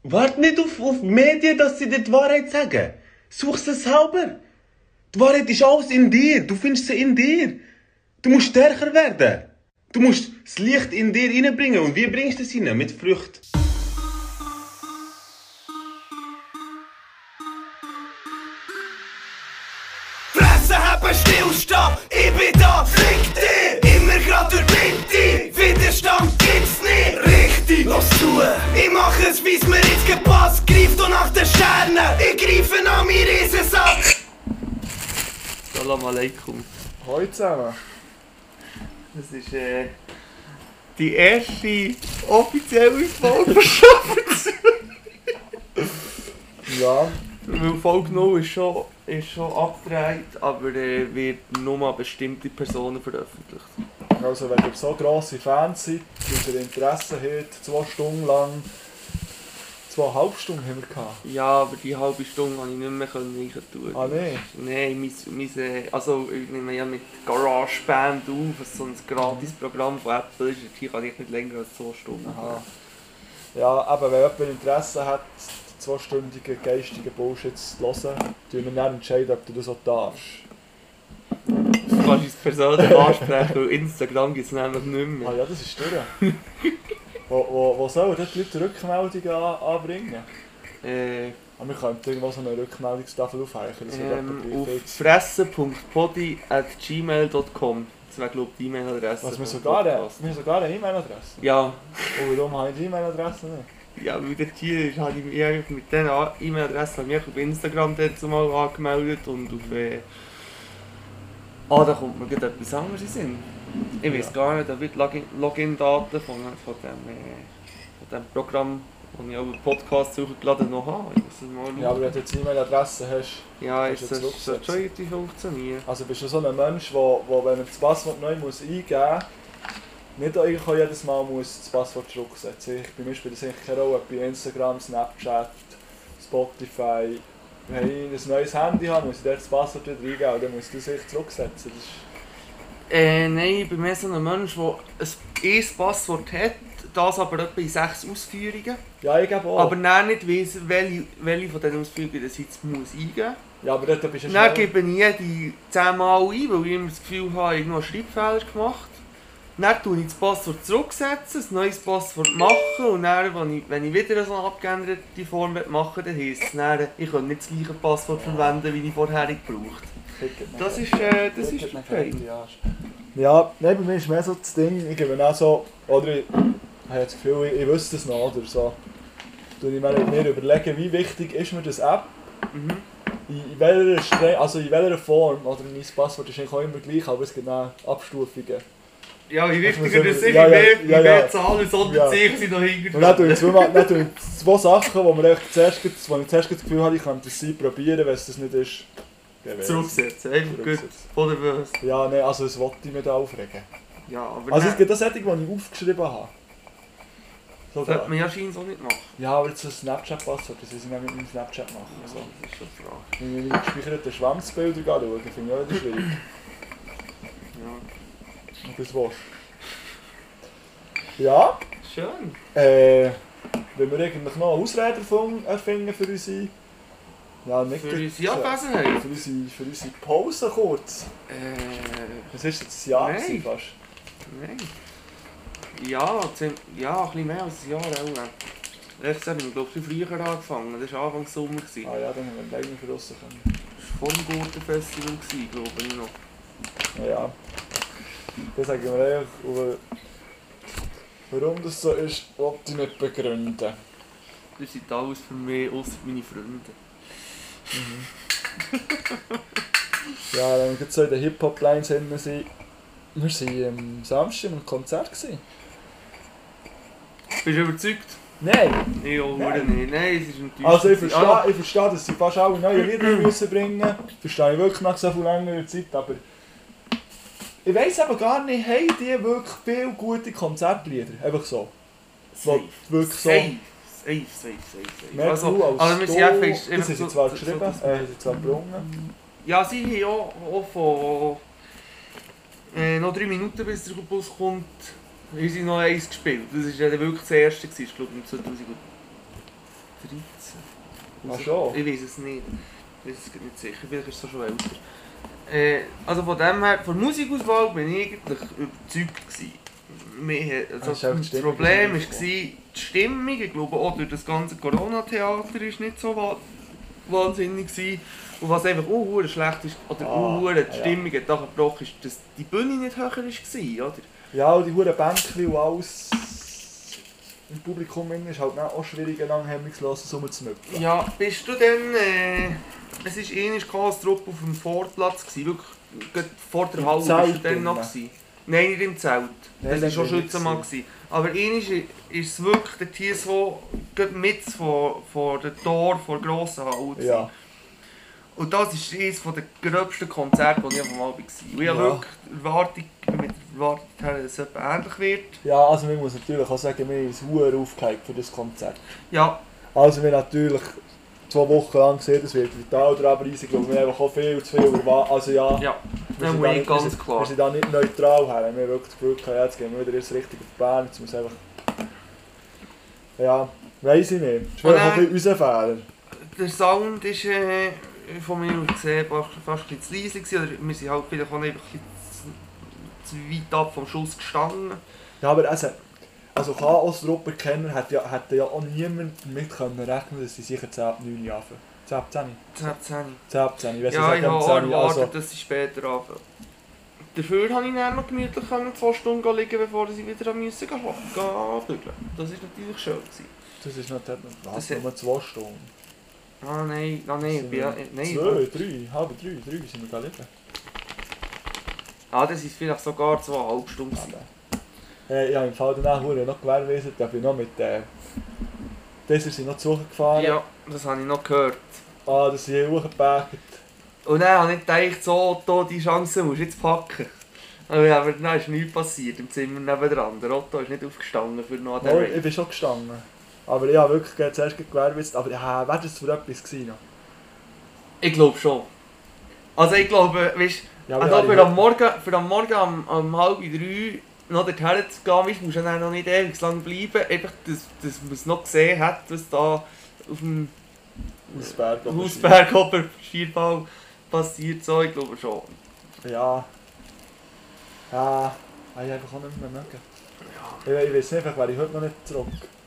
Warte nicht auf Medien, dass sie dir die Wahrheit sagen. Such sie selber. Die Wahrheit ist alles in dir. Du findest sie in dir. Du musst stärker werden. Du musst das Licht in dir reinbringen. Und wie bringst du es rein? Mit Früchten. Fresse haben, stillstehen, ich bin da, fick dich. Immer grad durch die Mitte, Widerstand gibt's nicht. Richtig, los zu. Ich mach es, wie's mir jetzt gepasst. Greif du nach den Sternen, ich greife nach mir Riesensack. Salam alaikum. Hallo zusammen. Das ist die erste offizielle Folge von Schaffens. Ja, Weil Folge 0 ist schon abgedreht, aber wird nur an bestimmte Personen veröffentlicht. also wenn ihr so grosse Fans seid, dass ihr Interesse habt, 2 Stunden lang, 2,5 Stunden haben wir gehabt. Ja, aber die halbe Stunde konnte ich nicht mehr reintun. Ah nee? Nein, also ich nehme ja mit GarageBand auf, was so ein Gratis-Programm von Apple ist. Hier kann ich nicht länger als 2 Stunden. Aha. Ja, aber wenn jemand Interesse hat, die 2-stündigen geistigen Bullshit zu hören, tun wir dann entscheiden, ob du das auch darfst. Du kannst uns persönlich ansprechen, weil Instagram gibt es nämlich nicht mehr. Ah ja, das ist durch. wo sollen dort die Leute Rückmeldungen anbringen? Aber wir könnten irgendwo so eine Rückmeldungstafel aufhängen. Das wird Auf etwa fresse.podi@gmail.com. Das wäre, glaube ich, die E-Mail-Adresse. Was, wir vom haben Podcast. sogar eine E-Mail-Adresse? Ja, Und warum habe ich die E-Mail-Adresse nicht? ja, weil dort hier ist, habe ich mich eigentlich mit dieser E-Mail-Adresse auf Instagram dazu mal angemeldet und auf... da kommt mir gerade etwas anderes in den Sinn. Ich weiß gar nicht, da wird Login-Daten von dem Programm, das ich auch über Podcast hochgeladen noch habe. Ich muss das mal schauen. Ja, aber wenn du jetzt eine E-Mail-Adresse hast, Ja, Kannst ist du das jetzt sollte schon zurücksetzen? irgendwie funktionieren. also bist du so ein Mensch, der wenn er das Passwort neu muss eingeben muss, nicht eigentlich auch jedes Mal muss das Passwort zurücksetzen. Bei mir spielt das eigentlich keine Rolle, ob bei Instagram, Snapchat, Spotify, wenn ich ein neues Handy habe, muss ich dort das Passwort wieder eingeben und dann muss ich das echt zurücksetzen. Das ist Nein, ich bin mehr so ein Mensch, der ein Passwort hat, das aber etwa in 6 Ausführungen. ja, ich gebe auch. Aber dann nicht weiss, welche von diesen Ausführungen das jetzt muss eingeben muss. ja, aber dort bist du Dann schnell. gebe ich jede 10 Mal ein, weil ich immer das Gefühl habe, ich habe einen Schreibfehler gemacht. Dann tue ich das Passwort zurücksetzen, ein neues Passwort machen und dann, wenn ich wieder so eine abgeänderte Form machen will, dann heisst es dann, ich kann nicht das gleiche Passwort verwenden, wie ich vorher gebraucht. Das ist okay. Ja, nein, bei mir ist mehr so das Ding, ich gebe auch so, oder ich habe das Gefühl, ich wüsste es noch, oder so. Tue ich mir überlegen, wie wichtig ist mir das App, Mhm. in welcher Form, oder mein Passwort ist eigentlich auch immer gleich, aber es gibt auch Abstufungen. Ja, wie wichtiger wichtiger das das ist, ist, ja, wie ja, mehr ja. Zahlen, Sonderzeichen sind dahinter. Und dann tue ich zwei Sachen, wo ich zuerst das Gefühl habe, ich könnte es probieren, wenn es das nicht ist. Zurücksetzen, einfach gut. Oder was? Ja, nein, also das wollte ich mich da aufregen. Ja, aber Also es nein, gibt auch solche, die ich aufgeschrieben habe. das sollte man ja scheinbar so nicht machen. Ja, aber jetzt so ein Snapchat-Passwort, das ist nicht mit meinem Snapchat machen. Also, Also, das ist schon eine Frage. wenn ich meine gespeicherten Schwanzbilder schaue, finde ich auch wieder schwierig. Ja. Und das war's. Ja, Schön. wenn wir eigentlich noch eine Ausrede erfinden für unsere... Ja, nicht Für gerade- unsere Abwesenheit? Für unsere Pause kurz. Was ist jetzt ein Jahr Nein. gewesen, fast? Nein. Ja, ein bisschen mehr als ein Jahr auch. Letztes Jahr habe ich, glaube ich, früher angefangen. Das war Anfang Sommer. Ah ja, dann haben wir länger draussen können. Das war vor dem Gurtenfestival, glaube ich noch. Ja. Das sagen wir eigentlich, aber warum das so ist, wollte ich nicht begründen. Das sind alles für mich, außer meine Freunde. Ja, wenn wir jetzt so in den Hip-Hop-Lines sind, wir waren am Samstag im Konzert gewesen. Bist du überzeugt? Nein! Ich auch Nein. nicht. Nein, es ist enttäuschend. Also ich Ah, verstehe, dass sie fast alle neue Lieder müssen bringen müssen. Verstehe ich wirklich nach so viel längerer Zeit, aber... Ich weiss aber gar nicht, haben die wirklich viele gute Konzertlieder? Einfach so. safe. Wirklich so. Safe. Mehr Also, Crew als aber wir sind du. einfach Das haben sie so- zwar so- geschrieben, so- haben sie zwar gebrungen. Ja, sie haben auch von noch 3 Minuten bis der Bus kommt, haben sie noch eins gespielt. Das war ja wirklich das erste, ich glaube 2014 Ach schon? Ich weiß es nicht. Ich weiß es nicht sicher, vielleicht ist es schon älter. Also von dem her, von der Musikauswahl bin ich eigentlich überzeugt gewesen. Das Problem war die Stimmung. Ich glaube auch durch das ganze Corona-Theater ist nicht so wahnsinnig gewesen. Und was einfach schlecht ist, oder die Stimmung hat nachher gebrochen, ist, dass die Bühne nicht höher war, oder? Ja, und die huren Bänkchen und alles im Publikum ist halt auch schwierig, lang hemmungslos rumzumüpfeln. Ja, bist du dann... es war einmal ein Trupp auf dem Vorplatz, wirklich vor der Halle. Bist du dann noch gewesen? Nein, nicht im Zelt. Nein, das war schon Schützenmann. Aber einmal ist es wirklich dort hier so, mit vor dem Tor, vor der grossen Halle. Ja. Und das ist eines der gröbsten Konzerte, die ich auf dem Abend war. Und ich habe wirklich mit der Erwartung her, dass es etwa ähnlich wird. Ja, also man muss natürlich auch sagen, wir haben uns verdammt aufgehypt für das Konzert. Ja. Also wir haben natürlich 2 Wochen lang gesehen, das wird vital abreisen. Ich glaube, wir haben einfach auch viel zu viel erwartet. Also ja, das muss ich ganz klar. Wir sind da nicht neutral her. Wir haben wirklich das Gefühl gehabt, jetzt gehen wir wieder richtig auf die Bern. Jetzt muss einfach... Ja, weiss ich nicht. Das ist vielleicht auch unser Fehler. Der Sound ist von mir aus gesehen fast ein bisschen zu leise gewesen, oder wir sind halt vielleicht auch einfach ein bisschen zu weit ab vom Schuss gestanden. Ja, aber also Chaos-Truppenkenner hätte ja auch niemand damit rechnen können, dass sie sicher 10 ab 9 anfangen. 10 ab 10? 10 ab 10. 10 ab 10. Ja, ich habe auch erwartet, dass sie später anfangen. Dafür konnte ich dann noch gemütlich 2 Stunden liegen, bevor sie wieder bügeln mussten. Das war natürlich schön. Das ist natürlich nur 2 Stunden. Ah nein, nein. 2, 3, halb 3 sind wir da liegen. Ah, das ist vielleicht sogar 2,5 Stunden. Ich habe im Fall danach noch gewährleistet, da bin ich noch mit dieser sind noch zu gefahren. Ja, das habe ich noch gehört. Ah, das sind hochgepackt. Und dann habe ich gedacht, so Otto, die Chance musst du jetzt packen. Aber dann ist nichts passiert im Zimmer nebendran. Der Otto ist nicht aufgestanden für noch den Raid. Ich bin schon gestanden. Aber ich habe wirklich zuerst gewährleistet. Aber ja, wäre das für etwas gewesen noch? Ich glaube schon. Also ich glaube, weißt du, also für am Morgen um 2:30 noch dorthin zu gehen, musst du dann noch nicht ewig lang bleiben. Einfach, dass man es noch gesehen hat, was da auf dem Hausberg oben Skiball passiert. So, ich glaube schon. Ja. Ja, habe ich einfach auch nicht mehr mögen. Ja. Ich weiß nicht, vielleicht wäre ich heute noch nicht zurück.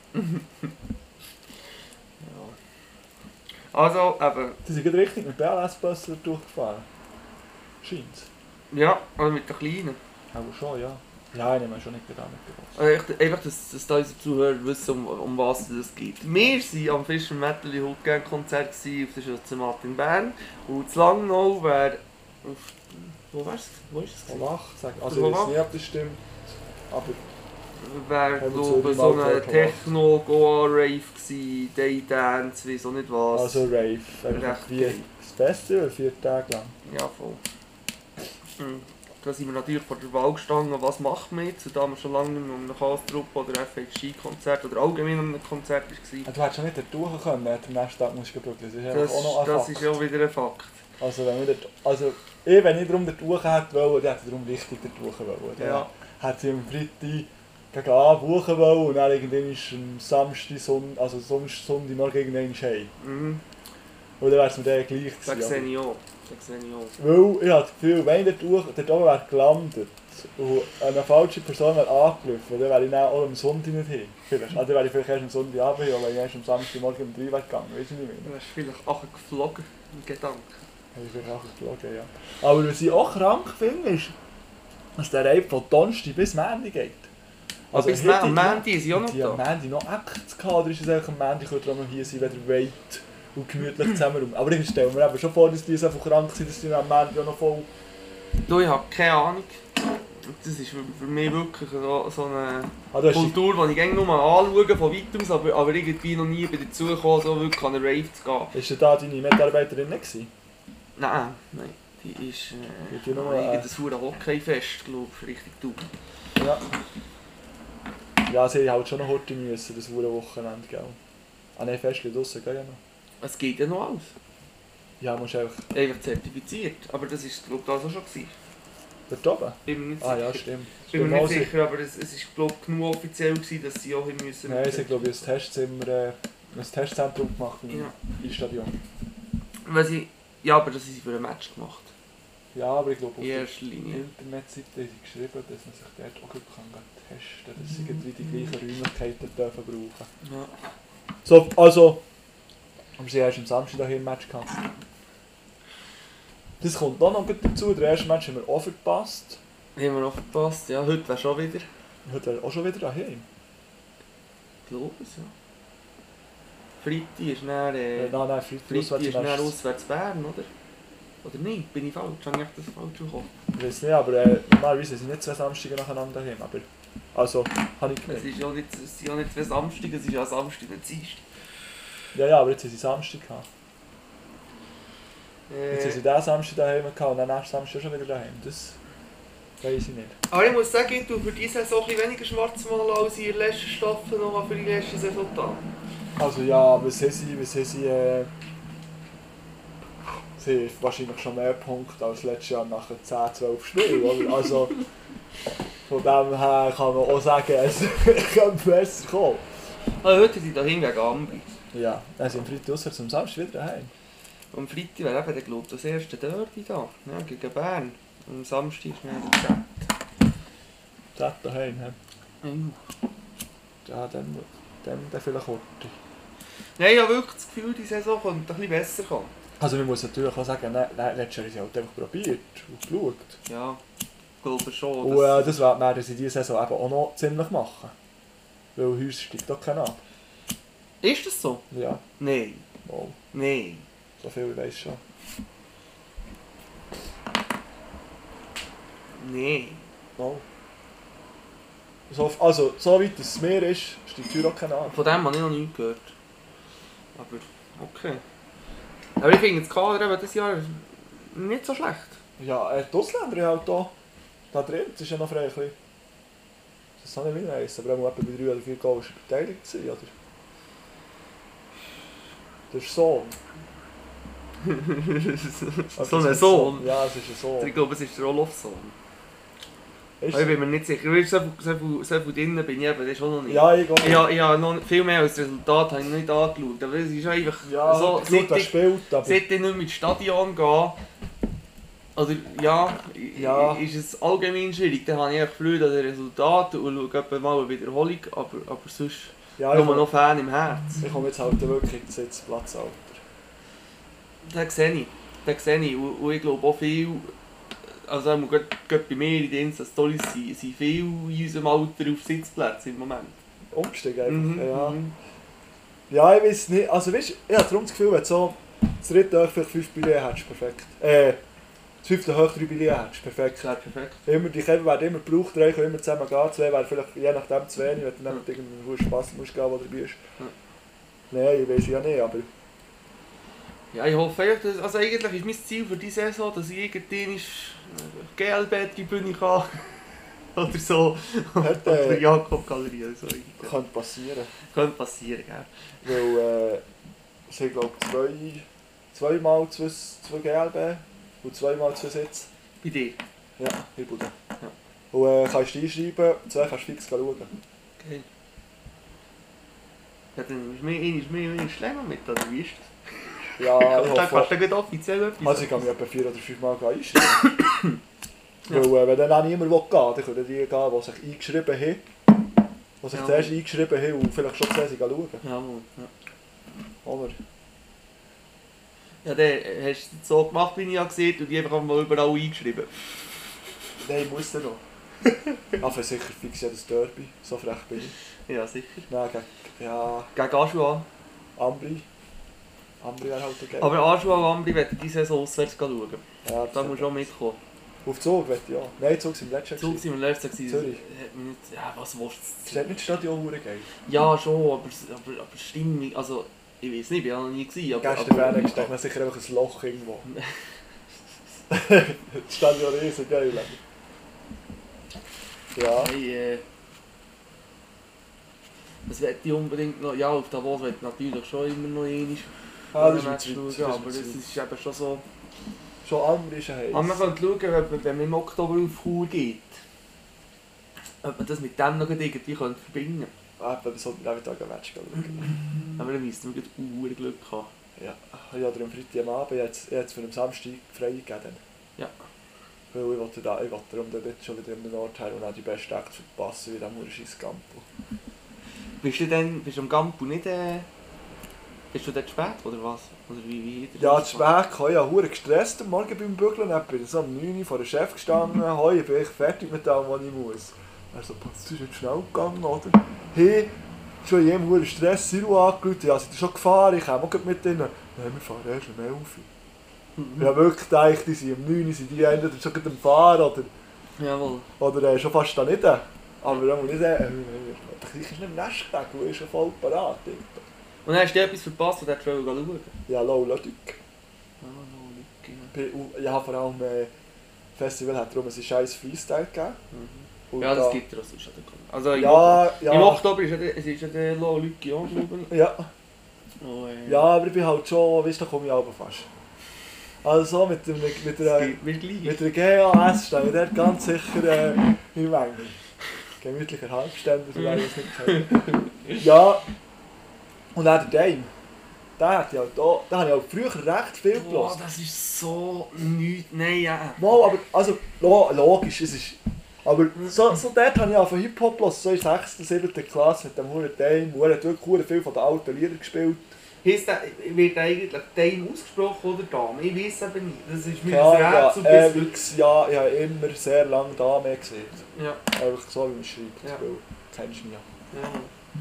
Ja. Also, eben. Die sind gerade richtig mit BLS-Bussen durchgefahren. Scheint's. Ja, also mit den Kleinen. Aber schon, ja. Ja, ich nehme schon nicht gerade mit dem Also einfach, dass da unsere Zuhörer wissen, um was es geht. Wir waren am Fischer Metal Hutgang Konzert auf der Schützenmatt in Bern. Und zu Langnau wäre... Wo ist es? Wach, also ich weiß nicht, ob das stimmt. Aber... Wäre glaube so eine Techno-Goa-Rave gewesen, Daydance, weiss auch nicht was. Also Rave, einfach wie das Festival, 4 Tage lang. Ja, voll. Da sind wir natürlich vor der Wahl gestanden, was macht man jetzt? Und da wir schon lange nicht mehr um eine Chaos-Truppe oder FHG-Konzert oder allgemein um ein Konzert war. Du hättest schon nicht dort durch können, am nächsten Tag musst du bügeln. Das ist ja wieder ein Fakt. Also wenn ich darum dort durch hätte wollen, dann hätte ich darum richtig dort durch wollen. Ja. Hätte sie am Freitag gegen Abend buchen wollen und dann irgendwann ist am Samstag, Sonntagmorgen irgendwann heim. Mhm. Und dann wäre es mir dann gleich gewesen. Das sehe ich auch. Weil ich habe das Gefühl, wenn ich dort oben wäre gelandet und eine falsche Person wäre angelaufen, dann wäre ich dann auch am Sonntag nicht hin. Also dann wäre ich vielleicht erst am Sonntagabend hin, aber ich erst am Samstagmorgen um 3 Uhr gegangen, weißt du nicht mehr. Du hast vielleicht auch geflogen, im Gedanken. Ich bin auch geflogen, ja. Aber was ich auch krank finde, ist, dass der Rave von Donnerstag bis Montag geht. Also bis am Montag ist ja noch da. Am Montag noch Acts gehabt, oder ist es eigentlich am Montag, könnt ihr auch noch hier sein, wenn ihr wollt und gemütlich zusammen rum. Aber ich stelle mir eben schon vor, dass die so krank sind, dass die am Montag auch noch voll... Du, ich habe keine Ahnung. Das ist für mich wirklich so eine Kultur, die ich gerne nur mal anschaue von weitem aus, aber irgendwie noch nie dazu gekommen, so wirklich an eine Rave zu gehen. Ist da deine Mitarbeiterin nicht gewesen? Nein. Die ist das hure Hockeyfest, glaube ich, richtig du. Ja. Ja, sie halt schon noch heute müssen, das hure Wochenende, gell? Nein, Festchen draussen, gell? Ja noch. Es geht ja noch alles. Ja, musst einfach zertifiziert, aber das ist, glaube ich, das auch schon gewesen. Dort oben? Bin mir nicht sicher. Ja, stimmt. Bin mir nicht sicher, aber es ist, glaube ich, genug offiziell gewesen, dass sie auch hin müssen. Nein, sie haben, glaube ich, ein Testzimmer ein Testzentrum gemacht Ja. im Stadion. Ja, aber das haben sie für ein Match gemacht. Ja, aber ich glaube, auf In der erster Linie. Internetseite haben sie geschrieben, dass man sich dort auch gut testen kann, dass sie irgendwie die gleichen Räumlichkeiten dürfen brauchen. Ja. So, also, haben sie erst am Samstag daheim ein Match gehabt. Das kommt auch noch gut dazu. Der erste Match haben wir auch verpasst. Haben wir noch verpasst. Ja, heute wäre schon wieder. Heute wäre auch schon wieder daheim. Ich glaube es, ja. Freitag ist dann... Nein, Freitag Freitag ist dann auswärts. auswärts Bern, oder? Oder nicht? Bin ich falsch? Habe ich das falsch bekommen? Ich weiß nicht, aber normalerweise sind nicht 2 Samstage nacheinander daheim. Aber, also, habe ich Es gemeint. ist ja nicht, es sind ja nicht 2 Samstage, es ist ja ein Samstag und Dienstag. Ja, aber jetzt haben sie Samstag gehabt. Jetzt haben sie diesen Samstag daheim gehabt und dann nächsten Samstag schon wieder daheim. Das weiß ich nicht. Aber ich muss sagen, ich tue für diese Saison ein bisschen weniger schwarz malen als in der letzten Staffel noch für die letzte Saison da. Also ja, was haben sie sie haben wahrscheinlich schon mehr Punkte als letztes Jahr nach 10, 12 Spielen, oder? Also von dem her kann man auch sagen, es könnte besser kommen. Also heute sind sie daheim gegen Ambri. Ja, dann sind wir Freitag auswärts am Samstag wieder daheim. Am Freitag wäre eben, glaube ich, das erste Derby da, ja, gegen Bern. Und am Samstag ist dann der Chat. Das daheim, he? Ja, dann vielleicht heute. Nein, ich habe wirklich das Gefühl, die Saison könnte ein bisschen besser kommen. Also man muss natürlich auch sagen, letztes Jahr haben sie halt einfach probiert und geschaut. Ja, ich glaube schon. Und das werden sie diese Saison eben auch noch ziemlich machen. Weil Heuss steigt doch keiner ab. Ist das so? Ja, Nein. wow. Nein. So viel ich weiss schon. Nein. Wow. Also, so weit es mir ist, steigt Heuss auch keiner ab. Von dem habe ich noch nichts gehört. Aber okay. Aber ich finde das Kader eben dieses Jahr nicht so schlecht. Ja, die Ausländer halt hier. Da drin, das ist ja noch frei ein bisschen. Das soll nicht heissen, aber auch etwa bei 3 oder 4 Goals beteiligt gewesen, oder? Der Sohn. So ein Sohn. Ja, es ist ein Sohn. Ich glaube, es ist der Olofsson. Ist Aber ich bin mir nicht sicher. Weißt du, so viel drinnen bin ich eben, das ist schon noch nicht. Ja, ich gehe. Ich habe noch viel mehr als das Resultat habe ich noch nicht angeschaut. Aber es ist einfach Ja, so, gut, wer spielt, aber... seit ich nicht mehr ins Stadion gehe, oder ja, Ja. ist es allgemein schwierig. Dann habe ich einfach Freude an den Resultaten und schaue etwa mal eine Wiederholung, aber sonst Ja, nur noch Fan im Herz. ich komme jetzt halt wirklich ins Sitzplatzalter. Das sehe ich. Das sehe ich. Und ich glaube auch viel, also gerade bei mir in den Insta-Stories sind viele in unserem Alter auf Sitzplätzen im Moment. Umgestiegen einfach, Mhm, ja. mhm. Ja, ich weiß nicht. Also weißt, ich habe darum das Gefühl, wenn du so das dritte hoch vielleicht 5 Billionen hättest, perfekt. Das fünfte hoch 3 Billionen hättest, perfekt. Das wäre perfekt. Immer, die Kämpfe werden immer gebraucht, 3 können immer zusammen gehen, 2 wären vielleicht je nachdem zu wenig, wenn du dann mit irgendeinem Spass musst gehen, wo du dabei bist. Ja. Nein, ich weiß ja nicht, aber... Ja, ich hoffe einfach, dass, also eigentlich ist mein Ziel für diese Saison, dass ich irgendwann GLB-Tribüne kann. Oder so. Hat, Oder Jakob-Galerie oder so. Könnte passieren. Könnte passieren, gell. Weil es sind glaube ich zweimal 2 GLB und 2 2 Sitze. Bei dir? Ja, in Bude. Ja. Und kannst du einschreiben, 2 kannst du fix schauen. Okay. Ja, dann ist mir länger mit, oder wie ist das? Ja, ich Dann kannst hoffe... du gleich offiziell etwas Also ich kann mich etwa 4 oder 5 Mal einschreiben. Weil wenn dann auch niemand gehen will, dann können die gehen, die sich eingeschrieben haben. Die sich Ja. zuerst eingeschrieben haben und vielleicht schon zuerst schauen. Jawohl, ja. Oder? Ja, dann hast du es so gemacht, wie ich ja gesehen und die einfach mal überall eingeschrieben. Nein, muss dann noch. Aber sicher fix ja das Derby, so frech bin ich. Ja, sicher. Nein, ja, Gegen Aschua. Ambri. Ambri wäre halt okay. Aber Aschua und Ambri werden diese Saison auswärts schauen. Ja, Da musst du auch mitkommen. auf Zug wette ich ja. Nein, Zug sind im letzten Zug sind wir letztes Jahr. Zürich. Hat mich nicht, ja, was willst Ist du? das nicht das Stadion hure geil? Ja, schon, aber Stimmung, also ich weiß nicht, ich war noch nie gewesen, aber... Gestern Fan steckt man sicher einfach ein Loch irgendwo. Das Stadion riesen geil. Ja. Hey, das werde ich unbedingt noch, ja, auf Davos werde ich natürlich schon immer noch einmal Ah, das ist Match mit schauen, Schweiz, aber das ist eben schon so... Schon Ambri ist heiß. Aber man könnte schauen, wenn man im Oktober auf Chur geht, ob man das mit dem noch irgendwie verbinden könnte. Eben, so Nachmittag ein Match schauen. Aber dann müsst ihr gut Glück haben. Ja, ich habe am Freitag am Abend jetzt für einen Samstag freigegeben. Ja. Weil ich wollte darum dort schon wieder an den Ort her und auch die besten Acts verpassen, wie der Murschis Campo. Bist du am Gampo nicht... Bist du dort spät, oder was? Oder wie Ja, zu spät kam ich habe gestresst am Morgen beim Bügeln. Dann bin ich so um 9 Uhr vor dem Chef gestanden. Hey, ich bin echt fertig mit dem, was ich muss. Er so, das ist jetzt schnell gegangen, oder? Hey, schon in jedem Stress, Siro angerufen. Ja, sind schon gefahren? Ich komme auch mit denen. Nein, wir fahren erst um 11 Uhr. Ich habe wirklich gedacht, die sind um 9 Uhr, sind die entweder schon am Fahren oder... Jawohl. Oder schon fast da nicht. Aber da muss ich sagen, ich ist nicht im Nest gelegen, du bist schon voll parat. Und dann hast du etwas verpasst, was du schauen. Ja, Lola Duc. Ah, no, Ja, vor allem Festival hat darum einen scheiß Freestyle gegeben. Und ja, das gibt es auch sonst. Also ja, im Oktober ist ja der Lo Lucky auch, glaube ich. Ja. Oh, Ja, aber ich bin halt schon, weißt du, da komme ich auch fast. Also so mit der GAS stehe ich dort ganz sicher im Menge. Gemütlicher Halbständer, so lange ich es nicht kennen. Ja. Und dann der Dame. Da habe ich auch früher recht viel Boah, gehört. das ist so nichts. Nein, ja. Mal, aber also, logisch, es ist... Aber so dort habe ich auch von Hip-Hop gehört, so in der 6. 7. Klasse mit dem Huren Dame. Er hat wirklich viel von den alten Liedern gespielt. Wird eigentlich Dame ausgesprochen oder Dame? Ich weiß es eben nicht. Das ist mir Ja, ein Rätsel bis heute. ja, ich habe immer sehr lange Dame gesehen. Ja. Einfach so, wie man schreibt. Ja. Weil, kennst du ihn ja. Ja.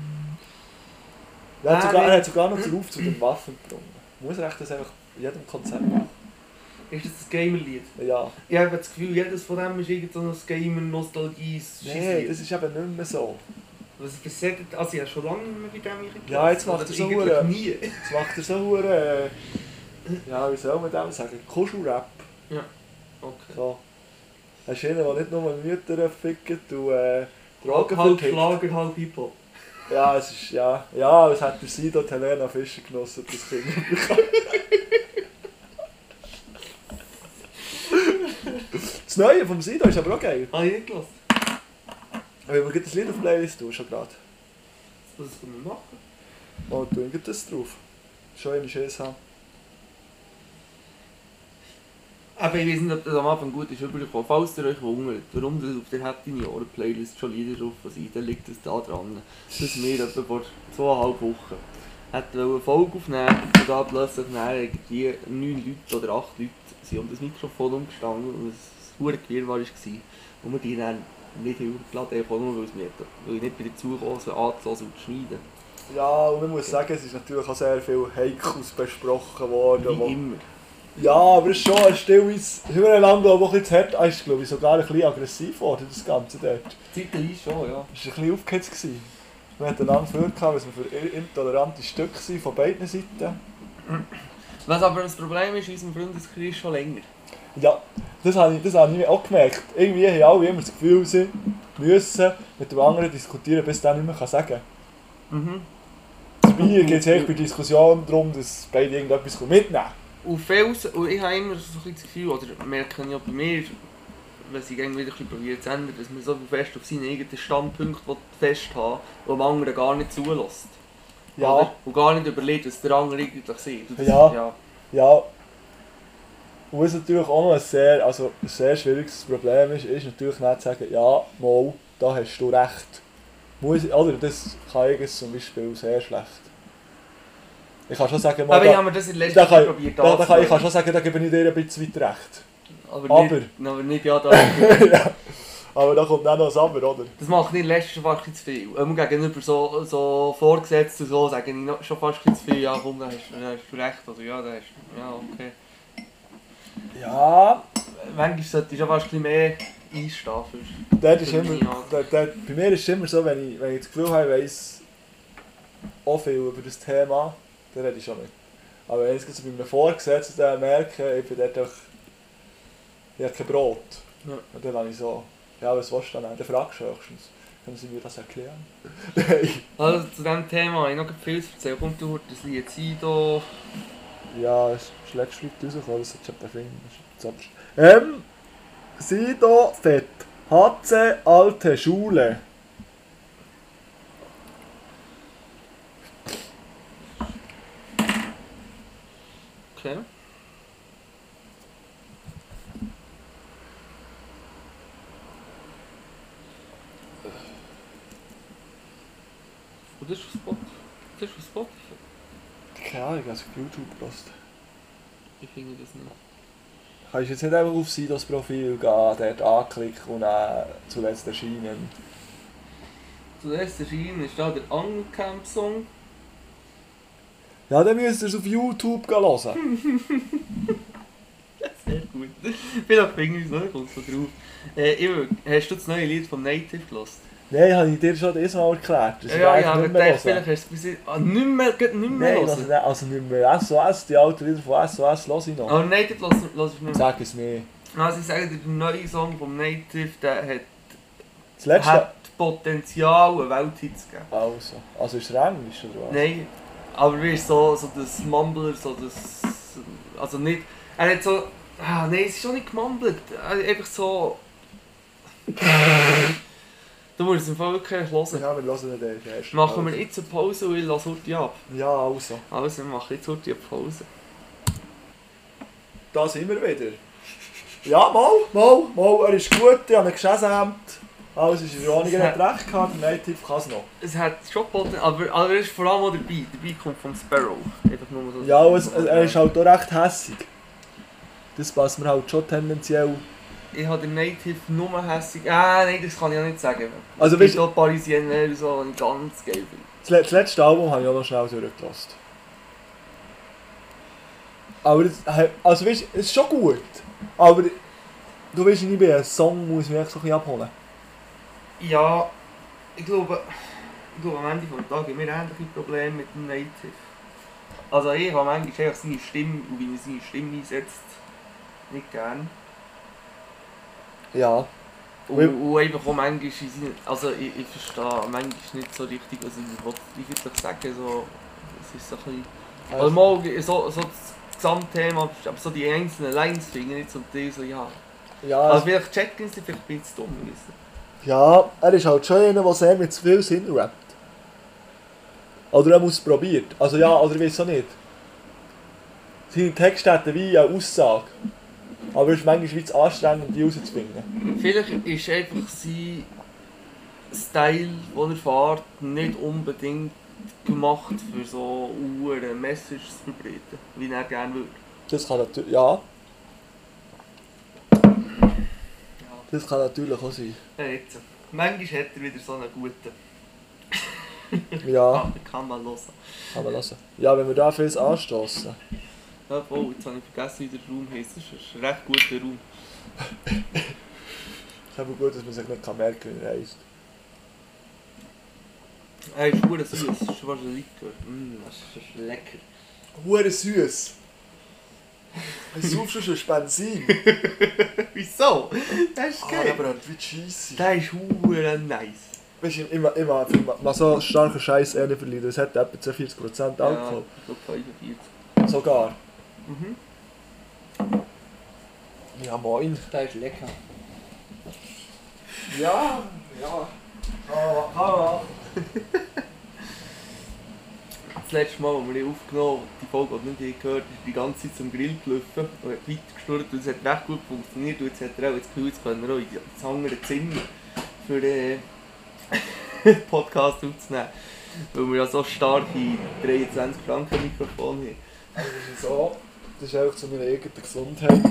Er hat sogar noch den Ruf zu den Waffen gebrungen. Muss er echt das einfach in jedem Konzert machen? Ist das ein Gamer-Lied? Ja. Ich habe das Gefühl, jedes von dem ist irgend so ein Gamer-Nostalgie. Nein, das ist eben nicht mehr so. Was sagt er? Also ich habe schon lange nicht mehr bei dem gelassen. Ja, jetzt macht er so eigentlich nie. Jetzt macht er so ja, wie soll man dem sagen? Kuschelrap. Ja, okay. So. Hast du einen, der nicht nur Mütter fickt und Drogen Halb vertickt? Schlager, halb Hip-Hop. Ja, es ist, ja, es hat der Sido die Helena Fischer genossen, das Kind. Das Neue vom Sido ist aber auch geil. Habe ich nicht gelassen. Wenn wir das Lied auf Playlist tun, schon gerade. Was können wir machen? Und tun wir das drauf. Schon eine Scheiße haben. Aber ich weiß nicht, ob das am Anfang gut ist übergekommen. Falls ihr euch wundert, warum das auf der Happy Jahren Playlist schon Lieder drauf sind, dann liegt es da dran, dass wir etwa vor 2,5 Wochen eine Folge aufnehmen und da plötzlich irgendwie 9 Leute oder 8 Leute sind um das Mikrofon umgestanden und es ein Gewirr war, und wir die dann nicht hochgeladen haben, nur weil ich nicht wieder dazu kam, so anzuhören und zu schneiden. Ja, und man muss sagen, es ist natürlich auch sehr viel Heikles besprochen worden. Wie immer. Ja, aber es ist schon ein stilles, lang, glaube ich, auch ein bisschen zu hart. Es ist, glaube ich, sogar ein bisschen aggressiv geworden, das Ganze dort. Zeitlich schon, ja. Es war ein bisschen aufgehitzt. Wir hatten lange für, dass wir für intolerante Stücke sind, von beiden Seiten. Was aber das Problem ist, in unserem Freundeskreis schon länger. Ja, das habe ich auch gemerkt. Irgendwie haben alle immer das Gefühl, sie müssen mit dem anderen diskutieren, bis der nicht mehr sagen kann. Dabei geht es bei Diskussionen darum, dass beide irgendetwas mitnehmen. Und ich habe immer so ein das Gefühl, oder merke ich auch bei mir, wenn ich irgendwie wieder probiere zu ändern, dass man so fest auf seinen eigenen Standpunkt festhalten will, den man anderen gar nicht zulässt. Ja. Oder? Und gar nicht überlegt, was der andere eigentlich sieht. Ja. Und was natürlich auch noch ein sehr schwieriges Problem ist natürlich nicht zu sagen, ja, mal, da hast du recht. Oder das kann ich zum Beispiel sehr schlecht. Ich kann schon sagen, aber ich habe mir das in letzter Zeit probiert. Ich kann schon sagen, da gebe ich dir ein bisschen weit recht. Aber nicht ja, da. Ja. Aber da kommt dann noch das Aber, oder? Das macht nicht in letzter Zeit fast zu viel. Gegenüber so Vorgesetzten und so sage ich schon fast zu viel, ja komm, da hast du recht, oder ja, da hast du, ja okay. Ja. Manchmal sollte ich schon fast ein bisschen mehr einstehen. Bei mir ist es immer so, wenn ich das Gefühl habe, ich weiss auch viel über das Thema, dann rede ich schon nicht. Aber wenn ich jetzt bei einem Vorgesetzten merke, ich bin dort auch, ich habe kein Brot. Ja. Und dann habe ich so, ja, was willst du dann? Dann fragst du höchstens. Können Sie mir das erklären? Also zu diesem Thema habe ich noch viel zu erzählen. Kommt du das Lied Sido? Ja, es ist letztes Lied rausgekommen, das ist der Film. Sido Fett. HC Alte Schule. Okay. Und das ist auf Spotify. Das ist auf Spotify. Keine Ahnung, ich habe es auf YouTube gehört. Ich finde das nicht. Kannst du jetzt nicht einfach auf Sidos Profil gehen, dort anklicken und dann zuletzt erscheinen? Zuerst erschienen ist da der Angelcamp-Song. Ja, dann müsst ihr es auf YouTube hören. Sehr gut. Vielleicht finde ich es noch, kommt so drauf. Hast du das neue Lied vom Native gehört? Nein, habe ich dir schon das mal erklärt. Das Ja, ist ja, aber nicht mehr vielleicht hast du es bis jetzt nicht mehr Nein, hören. also nicht mehr. SOS, die alten Lieder von SOS höre ich noch. Aber Native lass ich nicht mehr. Sag es mir. Also ich sage dir, der neue Song vom Native, der Das letzte... hat Potenzial, einen Welthit zu geben. Also ist es Englisch oder was? Nein, aber wie ist so das Mumbler, so das... Also nicht... Er hat so... Ah, nein, es ist schon nicht gemumbelt. Einfach so... Du musst es im Fall wirklich hören. Ja, wir hören den erst. Machen wir jetzt eine Pause und ich lasse heute ab. Ja, also. Also, wir machen jetzt heute eine Pause. Da sind wir wieder. Ja, mal, er ist gut, ich habe ihn geschämt. Alles ist in Ordnung, er hat recht gehabt, der Native kann es noch. Es hat schon Potenzial, aber er ist vor allem auch dabei. Dabei kommt vom Sparrow. Einfach nur so. Ja, er ist halt auch recht hässig. Das passt mir halt schon tendenziell. Ich habe den Native nur hässig. Nein, das kann ich auch nicht sagen. Also, Es gibt auch Parisienne und so, die ich ganz geil finde. Das letzte Album habe ich auch noch schnell durchgelassen. Aber das, also weißt, es ist schon gut. Aber du weißt nicht, ein Song muss mich echt so ein bisschen abholen. Ja, ich glaube am Ende des Tages haben wir ähnliche Probleme mit dem Native. Also ich habe manchmal einfach seine Stimme und wie er seine Stimme einsetzt, nicht gern. Ja. Und einfach auch manchmal, also ich verstehe manchmal nicht so richtig, was ich wirklich sagen so, es ist so ein bisschen... Also mal so das Gesamtthema, aber so die einzelnen Lines finde ich nicht zum Teil so, ja... Ja, Also vielleicht checken sie vielleicht ein bisschen dumm. ja, er ist halt schon einer, der sehr mit zu viel Sinn rappt. Oder er muss es probiert. Also ja, oder ich weiß auch nicht. Seine Texte hätten wie eine Aussage. Aber es ist manchmal wie zu anstrengend, die rauszufinden. Vielleicht ist einfach sein Style, den er fährt, nicht unbedingt gemacht für so eine Message zu verbreiten, wie er gerne würde. Das kann natürlich, ja. Das kann natürlich auch sein. Ja, jetzt. Manchmal hat er wieder so einen guten. Ja, Kann man hören. kann man lassen. Ja, wenn wir da vieles anstoßen. Ja, voll, jetzt habe ich vergessen, wie der Raum heisst. Das ist ein recht guter Raum. ist aber gut, dass man sich nicht merken kann, wie er heisst. Er ist verdammt süß, das ist fast ein Likör. Das ist lecker. Hure süß. Du saufst schon Benzin. Wieso? Das ist Ah, geil. aber wie cheesy. Der ist verdammt nice. Weißt du, immer man so starken Scheiß nicht verlieren. Das hat etwa 40% Ja, Alkohol. ich glaube 45. Sogar. Mhm. Ja, moin. Der ist lecker. Ja. Ah. Das letzte Mal, als wir aufgenommen haben, die Folge, die nicht gehört ist die ganze Zeit zum Grill gelaufen und hat weitergeschnurrt und es hat recht gut funktioniert. Und jetzt hat er auch das Gefühl, jetzt können wir auch in das andere Zimmer für den Podcast aufzunehmen. Weil wir ja so starke 23 Franken Mikrofon haben. Also das ist so, das ist einfach zu meiner eigenen Gesundheit.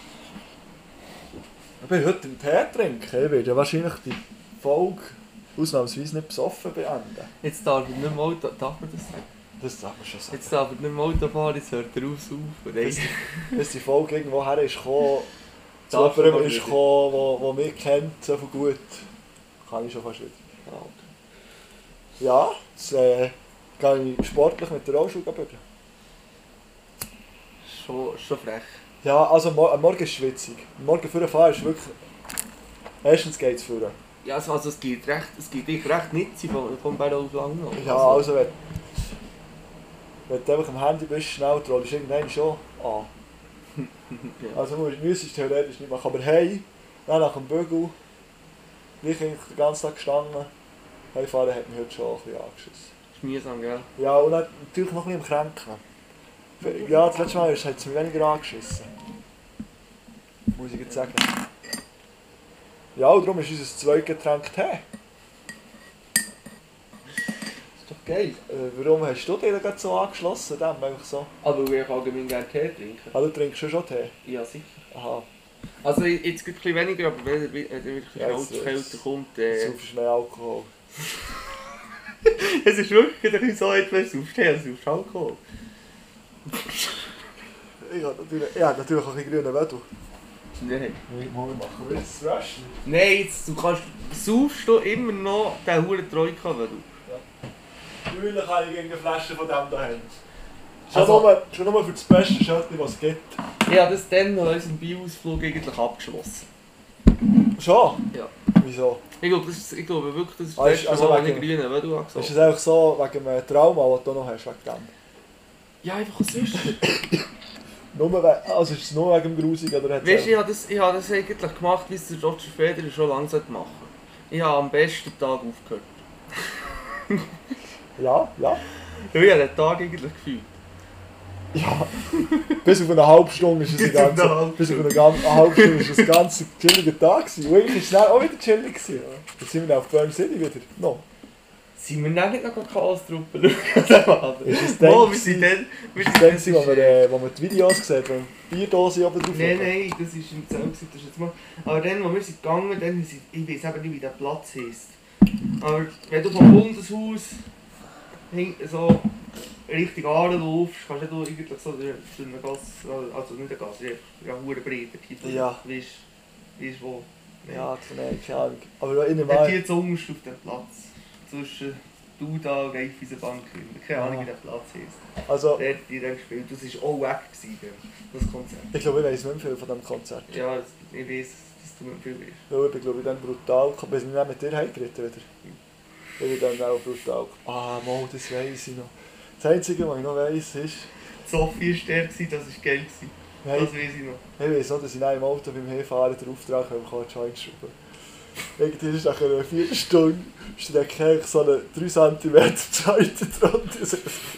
Ich bin heute einen Tee trinken. Ich werde ja wahrscheinlich die Folge ausnahmsweise nicht besoffen beenden. Jetzt darf ich nicht mehr Auto... Darf man das sagen? Das darf man schon sagen. Jetzt darf ich nicht mehr Auto fahren, jetzt hört er auf. Nein. Dass die Folge irgendwo her ist gekommen, zu Darf man jemandem ist wieder. gekommen, der mich kennt, so viel gut. Kann ich schon fast wieder. Ja, jetzt gehe ich sportlich mit der Rollschuhe bügeln. Schon frech. Ja, also am Morgen ist es schwitzig. Am Morgen vorher fahren ist wirklich... Erstens geht es vorher. Ja, also es geht dich recht nützlich vom Barrel auf Langnau. Ja, also wenn du einfach am Handy bist, schnell trollst du irgendwann schon an. Ja. Also müsstest du theoretisch nicht machen. Aber hey, dann nach dem Bügel, wie ich den ganzen Tag gestanden, heimfahren hat mich heute schon ein bisschen angeschissen. Ist mühsam, gell? Ja, und dann natürlich noch ein bisschen am Kränken. Ja, das letzte Mal hat es mir weniger angeschissen. Muss ich jetzt sagen. Ja, und darum ist unser Zweitgetränk Tee. Ist doch geil. Warum hast du dich da so angeschlossen? Dem, einfach so? Aber weil ich allgemein gerne Tee trinke. Ah, du trinkst schon Tee? Ja, sicher. Aha. Also jetzt gibt es ein bisschen weniger, aber wenn er wirklich Ja, kälter kommt... Du saufst mehr Alkohol. Es ist wirklich ein bisschen so, wenn du saufst Tee, also saufst Alkohol. Ich habe natürlich auch ein bisschen grünen Wedel. Nein. Machen wir jetzt das Rush? Nein, jetzt, saufst du immer noch den huren Troika, wenn du... Natürlich habe ich gegen eine Flasche von dem daheim. Also- Schon nur für das beste Schöttchen, was es gibt. Ich habe das dann nach unserem Bierausflug eigentlich abgeschlossen. Schon? Ja. Wieso? Ich glaube wirklich, das ist Ah, das ist- letzte also Mal, wenn wegen- ich grüne Wedel habe Ist gesagt. das einfach so wegen einem Trauma, das du noch hast, wegen dem? Ja, einfach sonst. Also ist es nur wegen dem Grusigen oder hat Weißt du, ich habe das eigentlich gemacht, wie es der Roger Federer schon lange machen sollte. Ich habe am besten Tag aufgehört. Ja. Ja, ich habe den Tag eigentlich gefühlt. Ja. Bis auf eine halbe Stunde ist es Bis auf eine halbe Bis auf eine halbe Stunde ist es ein ganz chilliger Tag gewesen. Und eigentlich war es dann auch wieder chillig gewesen. Dann sind wir auf Bern City wieder. No. Sind wir dann nicht noch Chaos-Truppen schauen? Ist es Mal, dann wir sind gewesen, dann... ist es dann, wo wir die Videos gesehen haben, wo wir Bierdose oben drauf Nein, hatten? nein, das war im Zelt, das ist jetzt mal... Aber dann, wo wir sind gegangen, dann sind, ich weiß eben nicht, wie der Platz heisst. Aber wenn du vom Bundeshaus so Richtung Aare laufst, kannst du eigentlich so durch eine Gasse, also nicht eine Gasse, einfach eine hure breite Kiefer. Ja. Weißt du wo? Ja, nein, keine Ahnung. Aber in Dort einem hier zuunterst auf dem Platz. Zwischen Duda und Geifwiesenbank. Keine Ahnung, wie der Platz heisst. Also, Dort direkt gespielt. Das war auch weg, das Konzert. ich glaube, ich weiss nicht mehr viel von diesem Konzert. Ja, ich weiss, dass du nicht viel bist. Weil ich bin, glaube ich, dann brutal. Wir sind dann mit dir heimgeritten wieder. Ich bin dann auch brutal. Ah, Mo, das weiss ich noch. Das Einzige, was ich noch weiss, ist... Sophie war der, das war geil. Hey, Das weiss ich noch. ich weiss noch, dass ich dann im Auto beim Hinfahren den Auftrag bekommen habe, eingeschraubt. Irgendwie ist nach einer Viertelstunde Strecke so eine 3 cm zweite Front. Das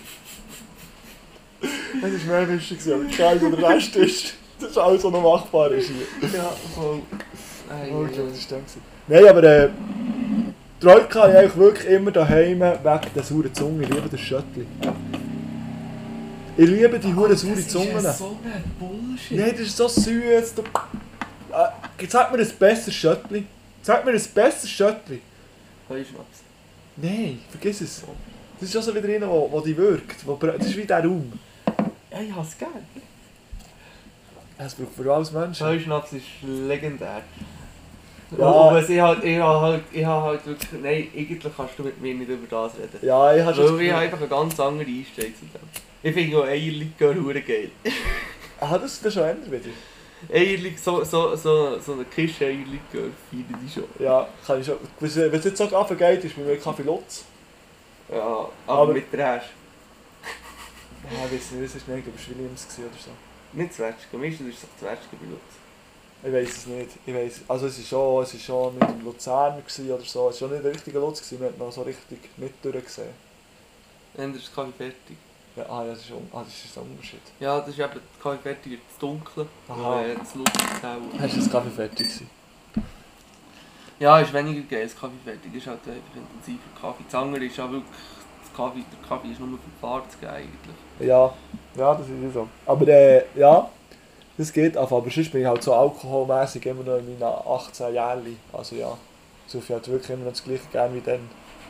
war mehr wichtig, aber kein der Rest ist. Das ist alles, was noch machbar ist hier. Ja, voll. Oh, ich glaube, das war dann. Nein, aber die Troika habe ich eigentlich wirklich immer daheim wegen der sauren Zunge. Ich liebe das Schöttli. Ich liebe die hure saure Zunge. Das ist so ein Bullshit. Nein, das ist so süß. Sag mir ein besseres Schöttli. Sag mir ein besseres Schöttli. Heuschnaps. Nein, vergiss es. Das ist auch so wieder drin, wo die wirkt. Das ist wie der Raum. Ja, ich hasse es gerne. Das braucht für alles Menschen. Heuschnaps ist legendär. Ja. Aber ich habe halt wirklich... Nein, eigentlich kannst du mit mir nicht über das reden. Ja, ich habe schon. Weil ich habe einfach eine ganz andere Einstellung zu dem. Ich finde auch Eierlikör hure geil. Ah, das schon ändern wieder. Eierlikör, so eine Kiste Eierlikör feiere ich schon. Ja, kann ich schon. Wenn es jetzt so runtergeht, ist bei mir Kaffee Lutz. Ja, Aber- aber mit der Hasch. Ja, ich weiß nicht, das war nicht, ob es Williams war oder so. Nicht Zwetschgen, meistens ist es doch Zwetschgen bei Lutz. Ich weiß es nicht. Ich weiss, also es war schon nicht im Luzerner oder so. Es war schon nicht der richtige Lutz, man hat noch so richtig nicht durchgesehen. Dann ist das Kaffee fertig. Ja, das ist ein Unterschied. Ja, das ist eben das Kaffee fertig, das Dunkle. Aha. Das Lutz ist hell. Hast du das Kaffee fertig gewesen? Ja, ist weniger geil, das Kaffee fertig ist halt einfach intensiver Kaffee. Das andere ist ja wirklich, der Kaffee ist nur für die Fahrt zu geben eigentlich. Ja, das ist so. Aber ja, das geht einfach. Aber sonst bin ich halt so alkoholmäßig immer noch in meinen 18 Jahren. Also ja, so viel halt wirklich immer noch das gleiche gern wie dann.